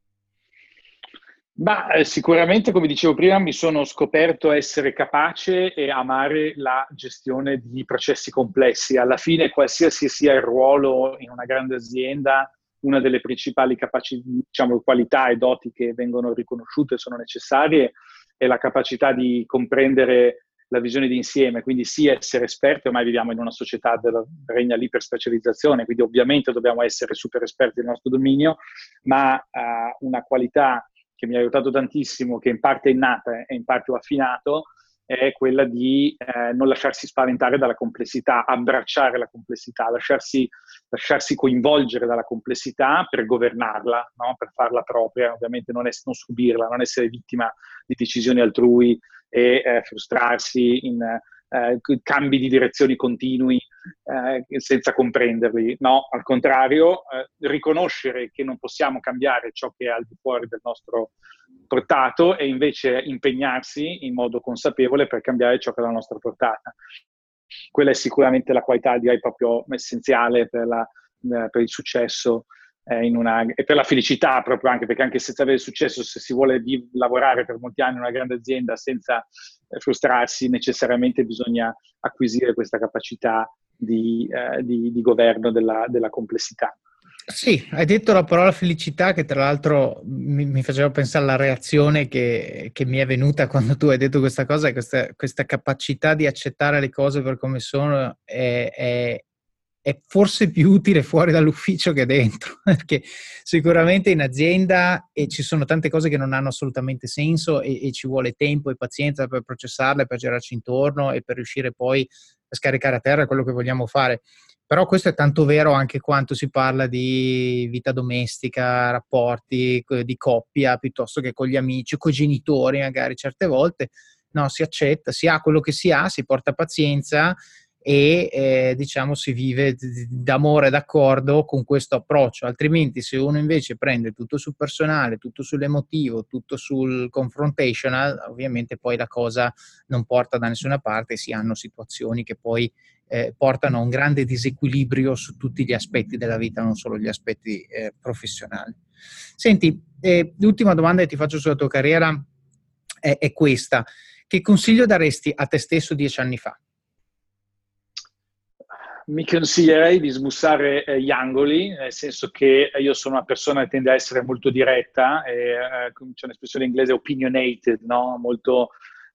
Bah, eh, sicuramente, come dicevo prima, mi sono scoperto essere capace e amare la gestione di processi complessi. Alla fine, qualsiasi sia il ruolo in una grande azienda, una delle principali capaci- diciamo, qualità e doti che vengono riconosciute, sono necessarie, è la capacità di comprendere la visione d'insieme, quindi sì essere esperti. Ormai viviamo in una società dove regna l'iperspecializzazione, quindi ovviamente dobbiamo essere super esperti del nostro dominio, ma uh, una qualità che mi ha aiutato tantissimo, che in parte è innata e in parte ho affinato, è quella di eh, non lasciarsi spaventare dalla complessità, abbracciare la complessità, lasciarsi, lasciarsi coinvolgere dalla complessità per governarla, no? Per farla propria, ovviamente non, es- non subirla, non essere vittima di decisioni altrui e eh, frustrarsi in eh, cambi di direzioni continui eh, senza comprenderli. No, al contrario, eh, riconoscere che non possiamo cambiare ciò che è al di fuori del nostro portato e invece impegnarsi in modo consapevole per cambiare ciò che è alla nostra portata. Quella è sicuramente la qualità, direi, proprio essenziale per, la, eh, per il successo eh, in una, e per la felicità proprio, anche perché anche senza avere successo, se si vuole di, lavorare per molti anni in una grande azienda senza eh, frustrarsi, necessariamente bisogna acquisire questa capacità di, eh, di, di governo della, della complessità. Sì, hai detto la parola felicità, che tra l'altro mi, mi faceva pensare alla reazione che, che mi è venuta quando tu hai detto questa cosa, e questa, questa capacità di accettare le cose per come sono è, è- è forse più utile fuori dall'ufficio che dentro, perché sicuramente in azienda e ci sono tante cose che non hanno assolutamente senso e, e ci vuole tempo e pazienza per processarle, per girarci intorno e per riuscire poi a scaricare a terra quello che vogliamo fare. Però questo è tanto vero anche quanto si parla di vita domestica, rapporti eh, di coppia, piuttosto che con gli amici, con i genitori magari certe volte. No, si accetta, si ha quello che si ha, si porta pazienza e eh, diciamo si vive d- d'amore, d'accordo con questo approccio. Altrimenti se uno invece prende tutto sul personale, tutto sull'emotivo, tutto sul confrontational, ovviamente poi la cosa non porta da nessuna parte e si hanno situazioni che poi eh, portano a un grande disequilibrio su tutti gli aspetti della vita, non solo gli aspetti eh, professionali. Senti, eh, l'ultima domanda che ti faccio sulla tua carriera è, è questa. Che consiglio daresti a te stesso dieci anni fa? Mi consiglierei di smussare eh, gli angoli, nel senso che io sono una persona che tende a essere molto diretta, e, eh, c'è un'espressione inglese opinionated, no? Molto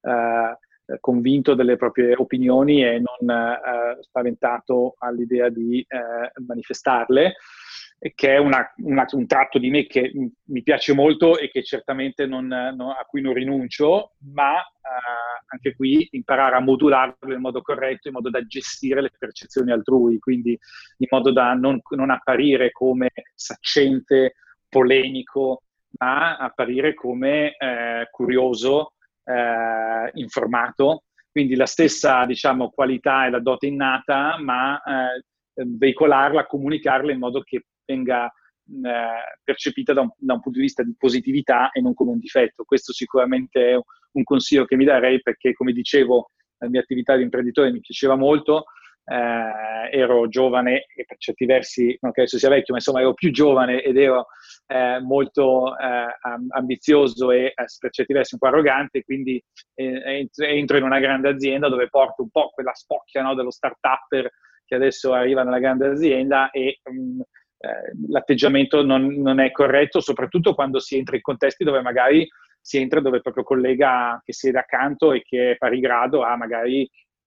eh, convinto delle proprie opinioni e non eh, spaventato all'idea di eh, manifestarle, e che è una, una, un tratto di me che mi piace molto e che certamente non, non, a cui non rinuncio, ma eh, anche qui imparare a modularlo in modo corretto, in modo da gestire le percezioni altrui, quindi in modo da non, non apparire come saccente, polemico, ma apparire come eh, curioso, eh, informato. Quindi la stessa, diciamo, qualità e la dote innata, ma eh, veicolarla, comunicarla in modo che venga eh, percepita da un, da un punto di vista di positività e non come un difetto. Questo sicuramente è un consiglio che mi darei, perché, come dicevo, la mia attività di imprenditore mi piaceva molto, eh, ero giovane e per certi versi, non che adesso sia vecchio, ma insomma ero più giovane ed ero eh, molto eh, ambizioso e eh, per certi versi un po' arrogante, quindi eh, entro in una grande azienda dove porto un po' quella spocchia, no, dello start-upper che adesso arriva nella grande azienda e mh, eh, l'atteggiamento non, non è corretto, soprattutto quando si entra in contesti dove magari si entra dove il proprio collega che siede accanto e che è pari grado ha magari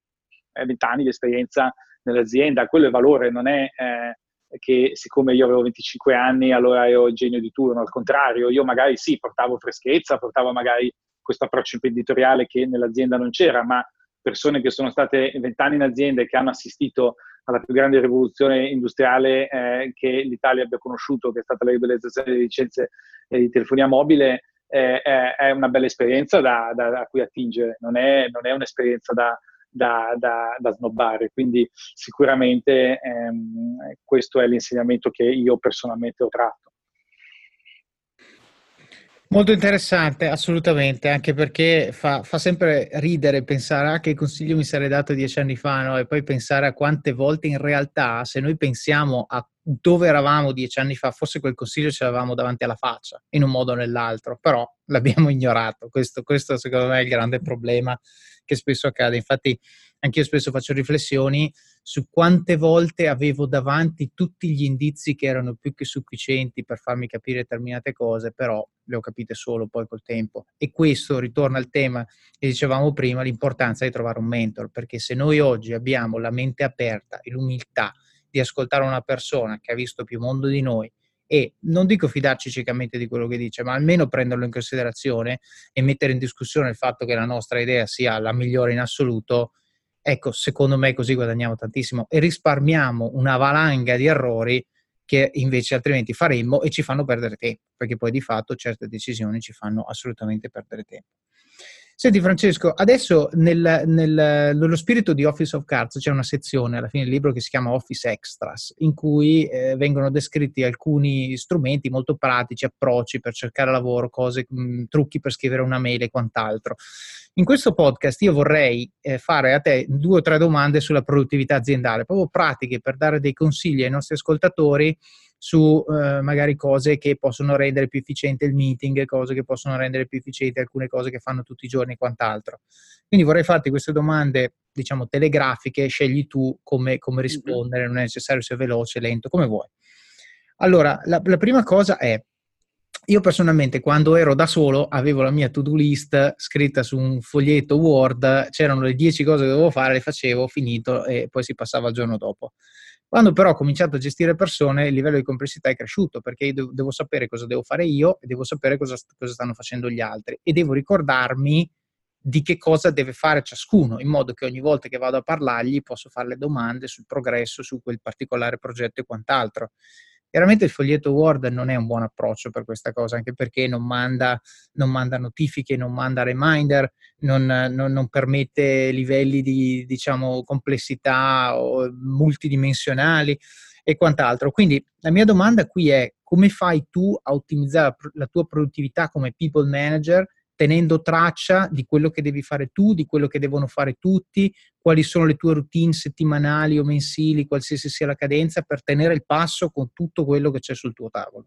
venti anni di esperienza nell'azienda. Quello è valore, non è eh, che siccome io avevo venticinque anni allora ero il genio di turno, al contrario, io magari sì, portavo freschezza, portavo magari questo approccio imprenditoriale che nell'azienda non c'era, ma persone che sono state vent'anni in azienda e che hanno assistito alla più grande rivoluzione industriale eh, che l'Italia abbia conosciuto, che è stata la liberalizzazione delle licenze eh, di telefonia mobile, eh, è, è una bella esperienza da, da, da cui attingere, non è, non è un'esperienza da, da, da, da snobbare. Quindi sicuramente ehm, questo è l'insegnamento che io personalmente ho tratto. Molto interessante, assolutamente, anche perché fa, fa sempre ridere pensare a ah, che consiglio mi sarei dato dieci anni fa, no? E poi pensare a quante volte in realtà, se noi pensiamo a dove eravamo dieci anni fa, forse quel consiglio ce l'avevamo davanti alla faccia, in un modo o nell'altro, però l'abbiamo ignorato. Questo, questo secondo me è il grande problema che spesso accade. Infatti anch'io spesso faccio riflessioni su quante volte avevo davanti tutti gli indizi che erano più che sufficienti per farmi capire determinate cose, però le ho capite solo poi col tempo. E questo ritorna al tema che dicevamo prima, l'importanza di trovare un mentor, perché se noi oggi abbiamo la mente aperta e l'umiltà di ascoltare una persona che ha visto più mondo di noi e non dico fidarci ciecamente di quello che dice, ma almeno prenderlo in considerazione e mettere in discussione il fatto che la nostra idea sia la migliore in assoluto, ecco, secondo me così guadagniamo tantissimo e risparmiamo una valanga di errori che invece altrimenti faremmo e ci fanno perdere tempo, perché poi di fatto certe decisioni ci fanno assolutamente perdere tempo. Senti Francesco, adesso nel, nel, nello spirito di Office of Cards c'è una sezione alla fine del libro che si chiama Office Extras, in cui eh, vengono descritti alcuni strumenti molto pratici, approcci per cercare lavoro, cose, mh, trucchi per scrivere una mail e quant'altro. In questo podcast io vorrei eh, fare a te due o tre domande sulla produttività aziendale, proprio pratiche per dare dei consigli ai nostri ascoltatori su eh, magari cose che possono rendere più efficiente il meeting, cose che possono rendere più efficienti alcune cose che fanno tutti i giorni e quant'altro. Quindi vorrei farti queste domande, diciamo, telegrafiche, scegli tu come, come rispondere, non è necessario essere veloce, lento, come vuoi. Allora, la, la prima cosa è, io personalmente quando ero da solo avevo la mia to-do list scritta su un foglietto Word, c'erano le dieci cose che dovevo fare, le facevo, finito e poi si passava al giorno dopo. Quando però ho cominciato a gestire persone, il livello di complessità è cresciuto, perché io devo, devo sapere cosa devo fare io e devo sapere cosa, cosa stanno facendo gli altri e devo ricordarmi di che cosa deve fare ciascuno, in modo che ogni volta che vado a parlargli posso fare le domande sul progresso, su quel particolare progetto e quant'altro. Chiaramente il foglietto Word non è un buon approccio per questa cosa, anche perché non manda, non manda notifiche, non manda reminder, non, non, non permette livelli di, diciamo, complessità o multidimensionali e quant'altro. Quindi la mia domanda qui è: come fai tu a ottimizzare la tua produttività come people manager, tenendo traccia di quello che devi fare tu, di quello che devono fare tutti, quali sono le tue routine settimanali o mensili, qualsiasi sia la cadenza, per tenere il passo con tutto quello che c'è sul tuo tavolo?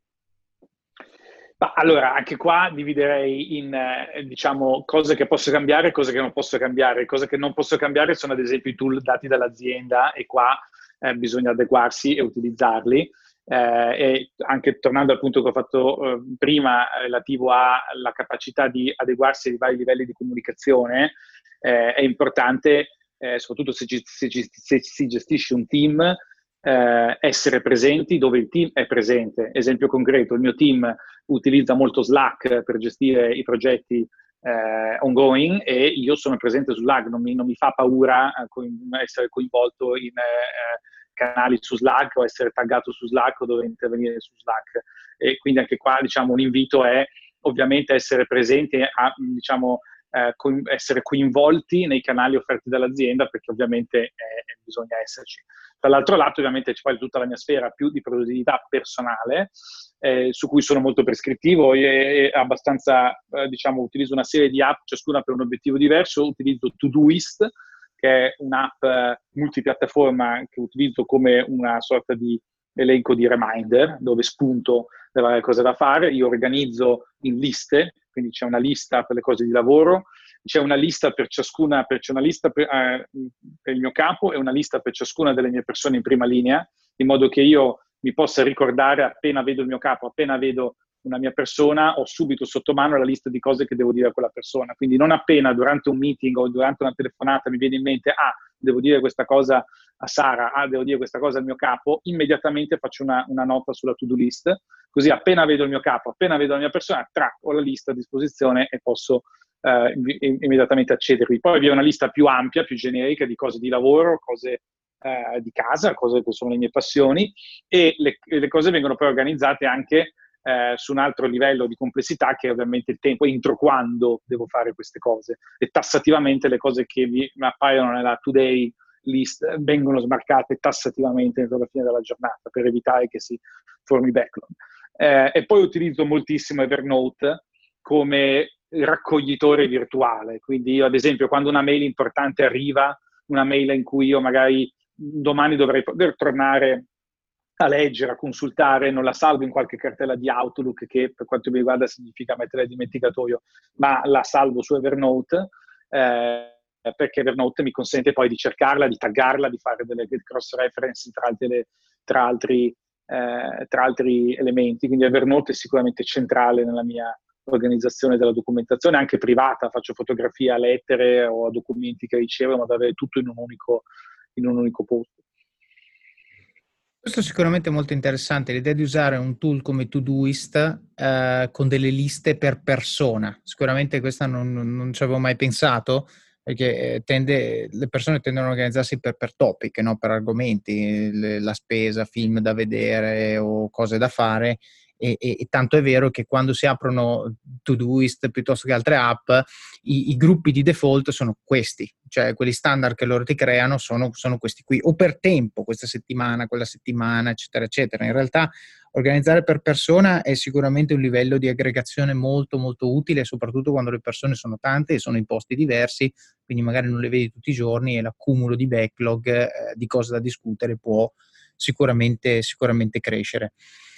Ma allora, anche qua dividerei in, eh, diciamo, cose che posso cambiare e cose che non posso cambiare. Cose che non posso cambiare sono ad esempio i tool dati dall'azienda, e qua eh, bisogna adeguarsi e utilizzarli. Eh, e anche tornando al punto che ho fatto eh, prima, relativo alla capacità di adeguarsi ai vari livelli di comunicazione, eh, è importante, eh, soprattutto se, se, se si gestisce un team, eh, essere presenti dove il team è presente. Esempio concreto: il mio team utilizza molto Slack per gestire i progetti eh, ongoing, e io sono presente su Slack, non mi, non mi fa paura eh, co- essere coinvolto in eh, canali su Slack o essere taggato su Slack o dover intervenire su Slack. E quindi anche qua, diciamo, un invito è ovviamente essere presenti, a, diciamo, eh, co- essere coinvolti nei canali offerti dall'azienda, perché ovviamente eh, bisogna esserci. Dall'altro lato ovviamente c'è poi tutta la mia sfera più di produttività personale, eh, su cui sono molto prescrittivo e, e abbastanza, eh, diciamo, utilizzo una serie di app, ciascuna per un obiettivo diverso. Utilizzo Todoist, che è un'app eh, multipiattaforma che utilizzo come una sorta di elenco di reminder, dove spunto le varie cose da fare. Io organizzo in liste, quindi c'è una lista per le cose di lavoro, c'è una lista per ciascuna, per, c'è una lista per, eh, per il mio capo e una lista per ciascuna delle mie persone in prima linea, in modo che io mi possa ricordare, appena vedo il mio capo, appena vedo una mia persona, ho subito sotto mano la lista di cose che devo dire a quella persona. Quindi non appena durante un meeting o durante una telefonata mi viene in mente, ah, devo dire questa cosa a Sara, ah, devo dire questa cosa al mio capo, immediatamente faccio una, una nota sulla to-do list, così appena vedo il mio capo, appena vedo la mia persona, trac, ho la lista a disposizione e posso eh, immediatamente accedervi. Poi vi è una lista più ampia, più generica, di cose di lavoro, cose eh, di casa, cose che sono le mie passioni, e le, le cose vengono poi organizzate anche Eh, su un altro livello di complessità, che è ovviamente il tempo entro quando devo fare queste cose, e tassativamente le cose che vi appaiono nella today list vengono smarcate tassativamente entro la fine della giornata, per evitare che si formi backlog. Eh, e poi utilizzo moltissimo Evernote come raccoglitore virtuale. Quindi io, ad esempio, quando una mail importante arriva, una mail in cui io magari domani dovrei poter tornare a leggere, a consultare, non la salvo in qualche cartella di Outlook, che per quanto mi riguarda significa mettere al dimenticatoio, ma la salvo su Evernote, eh, perché Evernote mi consente poi di cercarla, di taggarla, di fare delle cross-reference tra, delle, tra, altri, eh, tra altri elementi. Quindi Evernote è sicuramente centrale nella mia organizzazione della documentazione, anche privata. Faccio fotografie a lettere o a documenti che ricevo, in modo da avere tutto in un unico, in un unico posto. Questo è sicuramente molto interessante, l'idea di usare un tool come Todoist eh, con delle liste per persona. Sicuramente questa non, non ci avevo mai pensato, perché tende, le persone tendono a organizzarsi per, per topic, no? Per argomenti, le, la spesa, film da vedere o cose da fare. E, e, e tanto è vero che quando si aprono Todoist piuttosto che altre app, i, i gruppi di default sono questi, cioè quelli standard che loro ti creano sono, sono questi qui, o per tempo, questa settimana, quella settimana, eccetera, eccetera. In realtà organizzare per persona è sicuramente un livello di aggregazione molto, molto utile, soprattutto quando le persone sono tante e sono in posti diversi, quindi magari non le vedi tutti i giorni, e l'accumulo di backlog eh, di cose da discutere può sicuramente, sicuramente crescere.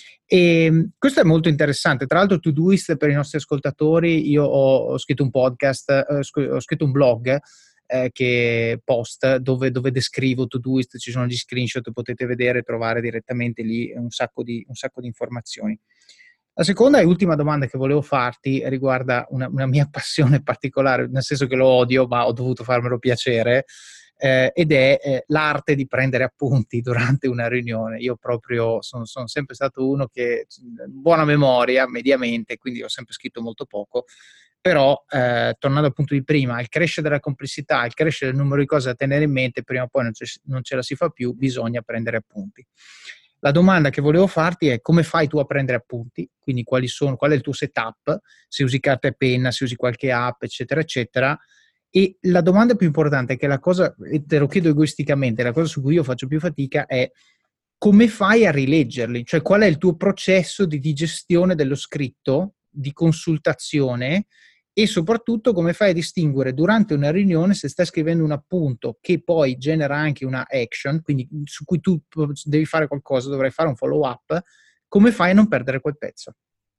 E questo è molto interessante. Tra l'altro, Todoist, per i nostri ascoltatori, io ho, ho scritto un podcast, eh, ho scritto un blog eh, che post dove, dove descrivo Todoist, ci sono gli screenshot, potete vedere, trovare direttamente lì un sacco di, un sacco di informazioni. La seconda e ultima domanda che volevo farti riguarda una, una mia passione particolare, nel senso che lo odio, ma ho dovuto farmelo piacere, eh, ed è eh, l'arte di prendere appunti durante una riunione. Io proprio sono, sono sempre stato uno che buona memoria, mediamente, quindi ho sempre scritto molto poco, però eh, tornando al punto di prima, il crescere della complessità, il crescere del numero di cose da tenere in mente, prima o poi non ce, non ce la si fa più, bisogna prendere appunti. La domanda che volevo farti è: come fai tu a prendere appunti? Quindi quali sono, qual è il tuo setup? Se usi carta e penna, se usi qualche app, eccetera, eccetera. E la domanda più importante, che è la cosa, e te lo chiedo egoisticamente, la cosa su cui io faccio più fatica è: come fai a rileggerli? Cioè, qual è il tuo processo di digestione dello scritto, di consultazione, e soprattutto come fai a distinguere durante una riunione, se stai scrivendo un appunto che poi genera anche una action, quindi su cui tu devi fare qualcosa, dovrai fare un follow up, come fai a non perdere quel pezzo?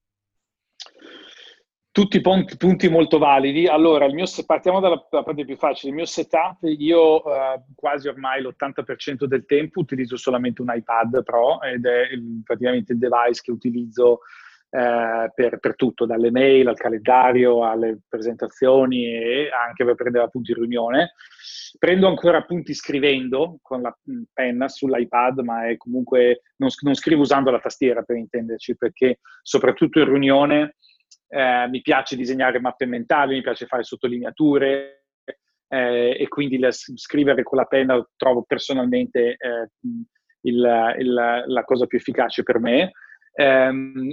Tutti punti, punti molto validi. Allora, il mio, partiamo dalla, dalla parte più facile. Il mio setup, io uh, quasi ormai l'ottanta per cento del tempo utilizzo solamente un iPad Pro, ed è il, praticamente il device che utilizzo uh, per, per tutto, dalle mail al calendario, alle presentazioni e anche per prendere appunti in riunione. Prendo ancora appunti scrivendo con la penna sull'iPad, ma è comunque non, non scrivo usando la tastiera, per intenderci, perché soprattutto in riunione Eh, mi piace disegnare mappe mentali, mi piace fare sottolineature eh, e quindi la, scrivere con la penna trovo personalmente eh, il, il, la cosa più efficace per me, eh,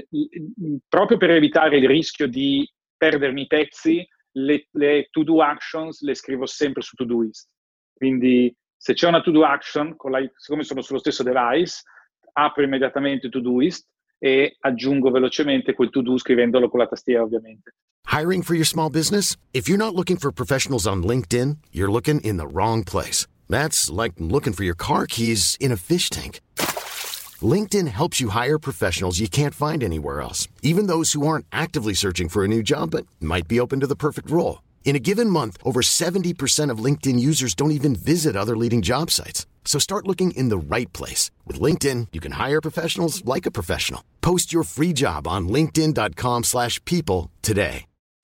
proprio per evitare il rischio di perdermi i pezzi. Le, le to-do actions le scrivo sempre su Todoist, quindi se c'è una to-do action, con la, siccome sono sullo stesso device, apro immediatamente Todoist e aggiungo velocemente quel to-do scrivendolo con la tastiera, ovviamente. Hiring for your small business? If you're not looking for professionals on LinkedIn, you're looking in the wrong place. That's like looking for your car keys in a fish tank. LinkedIn helps you hire professionals you can't find anywhere else, even those who aren't actively searching for a new job but might be open to the perfect role. In a given month, over seventy percent of LinkedIn users don't even visit other leading job sites. So start looking in the right place. With LinkedIn, you can hire professionals like a professional. Post your free job on linkedin dot com slash people today.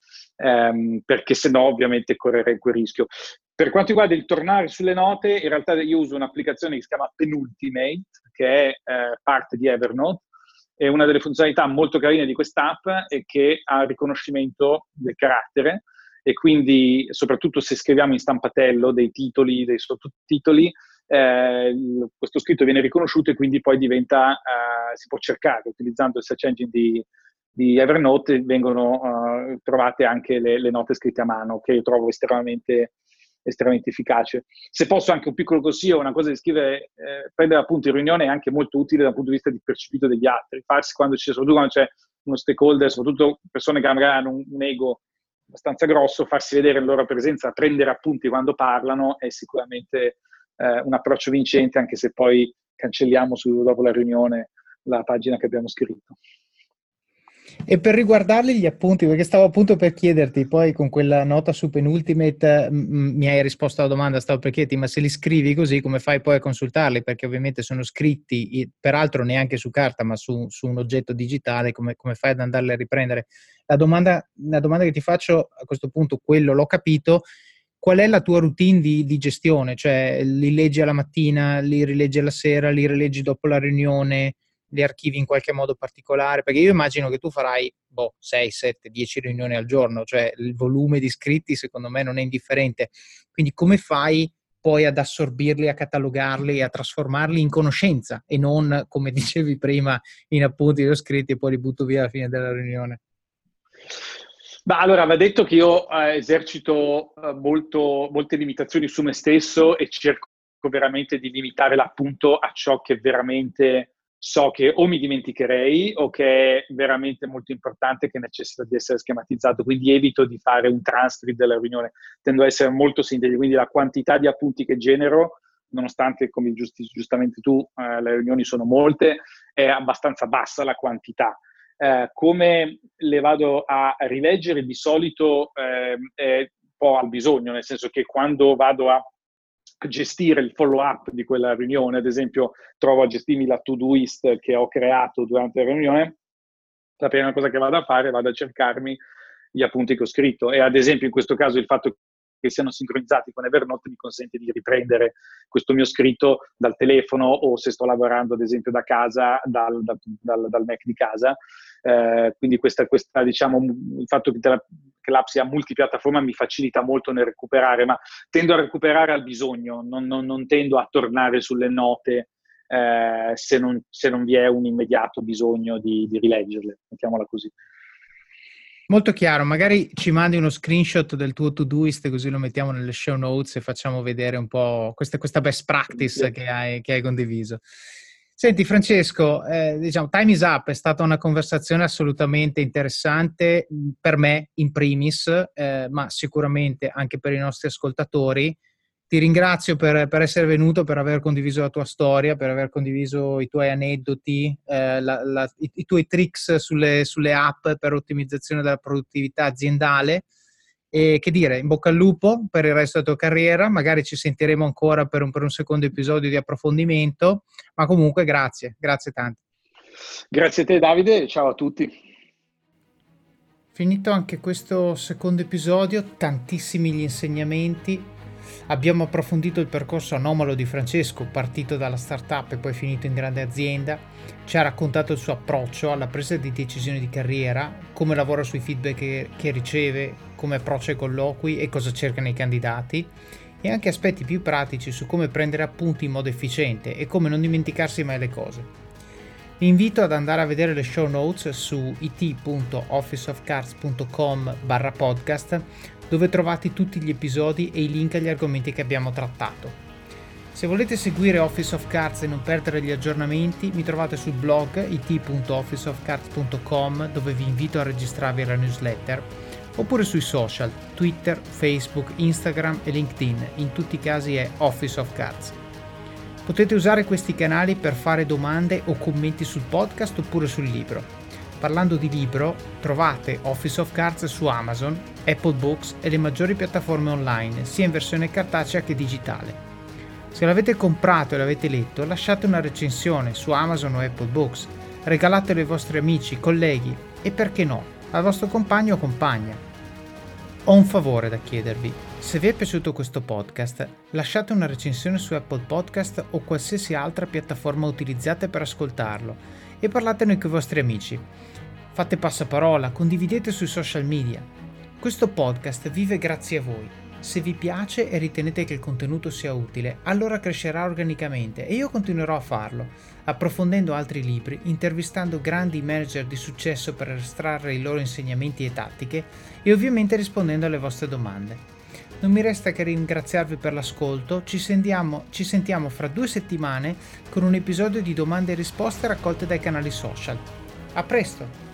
Um, perché se no ovviamente correrei quel rischio. Per quanto riguarda il tornare sulle note, in realtà io uso un'applicazione che si chiama Penultimate, che è eh, parte di Evernote, e una delle funzionalità molto carine di quest'app è che ha il riconoscimento del carattere, e quindi soprattutto se scriviamo in stampatello dei titoli, dei sottotitoli, eh, questo scritto viene riconosciuto e quindi poi diventa, eh, si può cercare utilizzando il search engine di, di Evernote, vengono uh, trovate anche le, le note scritte a mano, che io trovo estremamente, estremamente efficace. Se posso anche un piccolo consiglio, una cosa di scrivere, eh, prendere appunti in riunione è anche molto utile dal punto di vista di percepito degli altri, farsi quando c'è, soprattutto quando c'è uno stakeholder, soprattutto persone che magari hanno un, un ego abbastanza grosso, farsi vedere la loro presenza, prendere appunti quando parlano è sicuramente eh, un approccio vincente, anche se poi cancelliamo su, dopo la riunione la pagina che abbiamo scritto. E per riguardarli gli appunti, perché stavo appunto per chiederti, poi con quella nota su Penultimate m- mi hai risposto alla domanda, stavo per chiederti, ma se li scrivi così come fai poi a consultarli? Perché ovviamente sono scritti, peraltro neanche su carta, ma su, su un oggetto digitale, come, come fai ad andarli a riprendere? La domanda, la domanda che ti faccio a questo punto, quello l'ho capito, qual è la tua routine di, di gestione? Cioè li leggi alla mattina, li rileggi alla sera, li rileggi dopo la riunione, li archivi in qualche modo particolare? Perché io immagino che tu farai boh, sei, sette, dieci riunioni al giorno, cioè il volume di scritti secondo me non è indifferente. Quindi come fai poi ad assorbirli, a catalogarli e a trasformarli in conoscenza e non, come dicevi prima, in appunti o scritti e poi li butto via alla fine della riunione? Ma allora, va detto che io eh, esercito eh, molto, molte limitazioni su me stesso e cerco veramente di limitare l'appunto a ciò che veramente so che o mi dimenticherei o che è veramente molto importante, che necessita di essere schematizzato, quindi evito di fare un transcript della riunione, tendo a essere molto sintetico, quindi la quantità di appunti che genero, nonostante, come giusti, giustamente tu, eh, le riunioni sono molte, è abbastanza bassa la quantità. Eh, come le vado a rileggere di solito, eh, è po' al bisogno, nel senso che quando vado a gestire il follow-up di quella riunione, ad esempio trovo a gestirmi la to-doist che ho creato durante la riunione, la prima cosa che vado a fare vado a cercarmi gli appunti che ho scritto, e ad esempio in questo caso il fatto che siano sincronizzati con Evernote mi consente di riprendere questo mio scritto dal telefono, o se sto lavorando ad esempio da casa, dal, dal, dal, dal Mac di casa. Eh, quindi questa, questa, diciamo, il fatto che, te la, che l'app sia multipiattaforma mi facilita molto nel recuperare, ma tendo a recuperare al bisogno, non, non, non tendo a tornare sulle note eh, se, non, se non vi è un immediato bisogno di, di rileggerle, mettiamola così. Molto chiaro, magari ci mandi uno screenshot del tuo to-doist, così lo mettiamo nelle show notes e facciamo vedere un po' questa, questa best practice che hai, che hai condiviso. Senti Francesco, eh, diciamo, Time is Up è stata una conversazione assolutamente interessante per me in primis, eh, ma sicuramente anche per i nostri ascoltatori. Ti ringrazio per, per essere venuto, per aver condiviso la tua storia, per aver condiviso i tuoi aneddoti, eh, la, la, i, i tuoi tricks sulle, sulle app per ottimizzazione della produttività aziendale. E che dire, in bocca al lupo per il resto della tua carriera, magari ci sentiremo ancora per un, per un secondo episodio di approfondimento, ma comunque grazie, grazie tanto. Grazie a te Davide e ciao a tutti. Finito anche questo secondo episodio, tantissimi gli insegnamenti. Abbiamo approfondito il percorso anomalo di Francesco, partito dalla startup e poi finito in grande azienda. Ci ha raccontato il suo approccio alla presa di decisioni di carriera, come lavora sui feedback che, che riceve, come approccia i colloqui e cosa cerca nei candidati, e anche aspetti più pratici su come prendere appunti in modo efficiente e come non dimenticarsi mai le cose. Vi invito ad andare a vedere le show notes su it punto office of cards punto com barra podcast, dove trovate tutti gli episodi e i link agli argomenti che abbiamo trattato. Se volete seguire Office of Cards e non perdere gli aggiornamenti, mi trovate sul blog it punto office of cards punto com, dove vi invito a registrarvi alla newsletter, oppure sui social, Twitter, Facebook, Instagram e LinkedIn, in tutti i casi è Office of Cards. Potete usare questi canali per fare domande o commenti sul podcast oppure sul libro. Parlando di libro, trovate Office of Cards su Amazon, Apple Books e le maggiori piattaforme online, sia in versione cartacea che digitale. Se l'avete comprato e l'avete letto, lasciate una recensione su Amazon o Apple Books, regalatelo ai vostri amici, colleghi e, perché no, al vostro compagno o compagna. Ho un favore da chiedervi: se vi è piaciuto questo podcast, lasciate una recensione su Apple Podcast o qualsiasi altra piattaforma utilizzate per ascoltarlo e parlatene con i vostri amici. Fate passaparola, condividete sui social media. Questo podcast vive grazie a voi. Se vi piace e ritenete che il contenuto sia utile, allora crescerà organicamente e io continuerò a farlo, approfondendo altri libri, intervistando grandi manager di successo per estrarre i loro insegnamenti e tattiche e ovviamente rispondendo alle vostre domande. Non mi resta che ringraziarvi per l'ascolto, ci sentiamo, ci sentiamo fra due settimane con un episodio di domande e risposte raccolte dai canali social. A presto!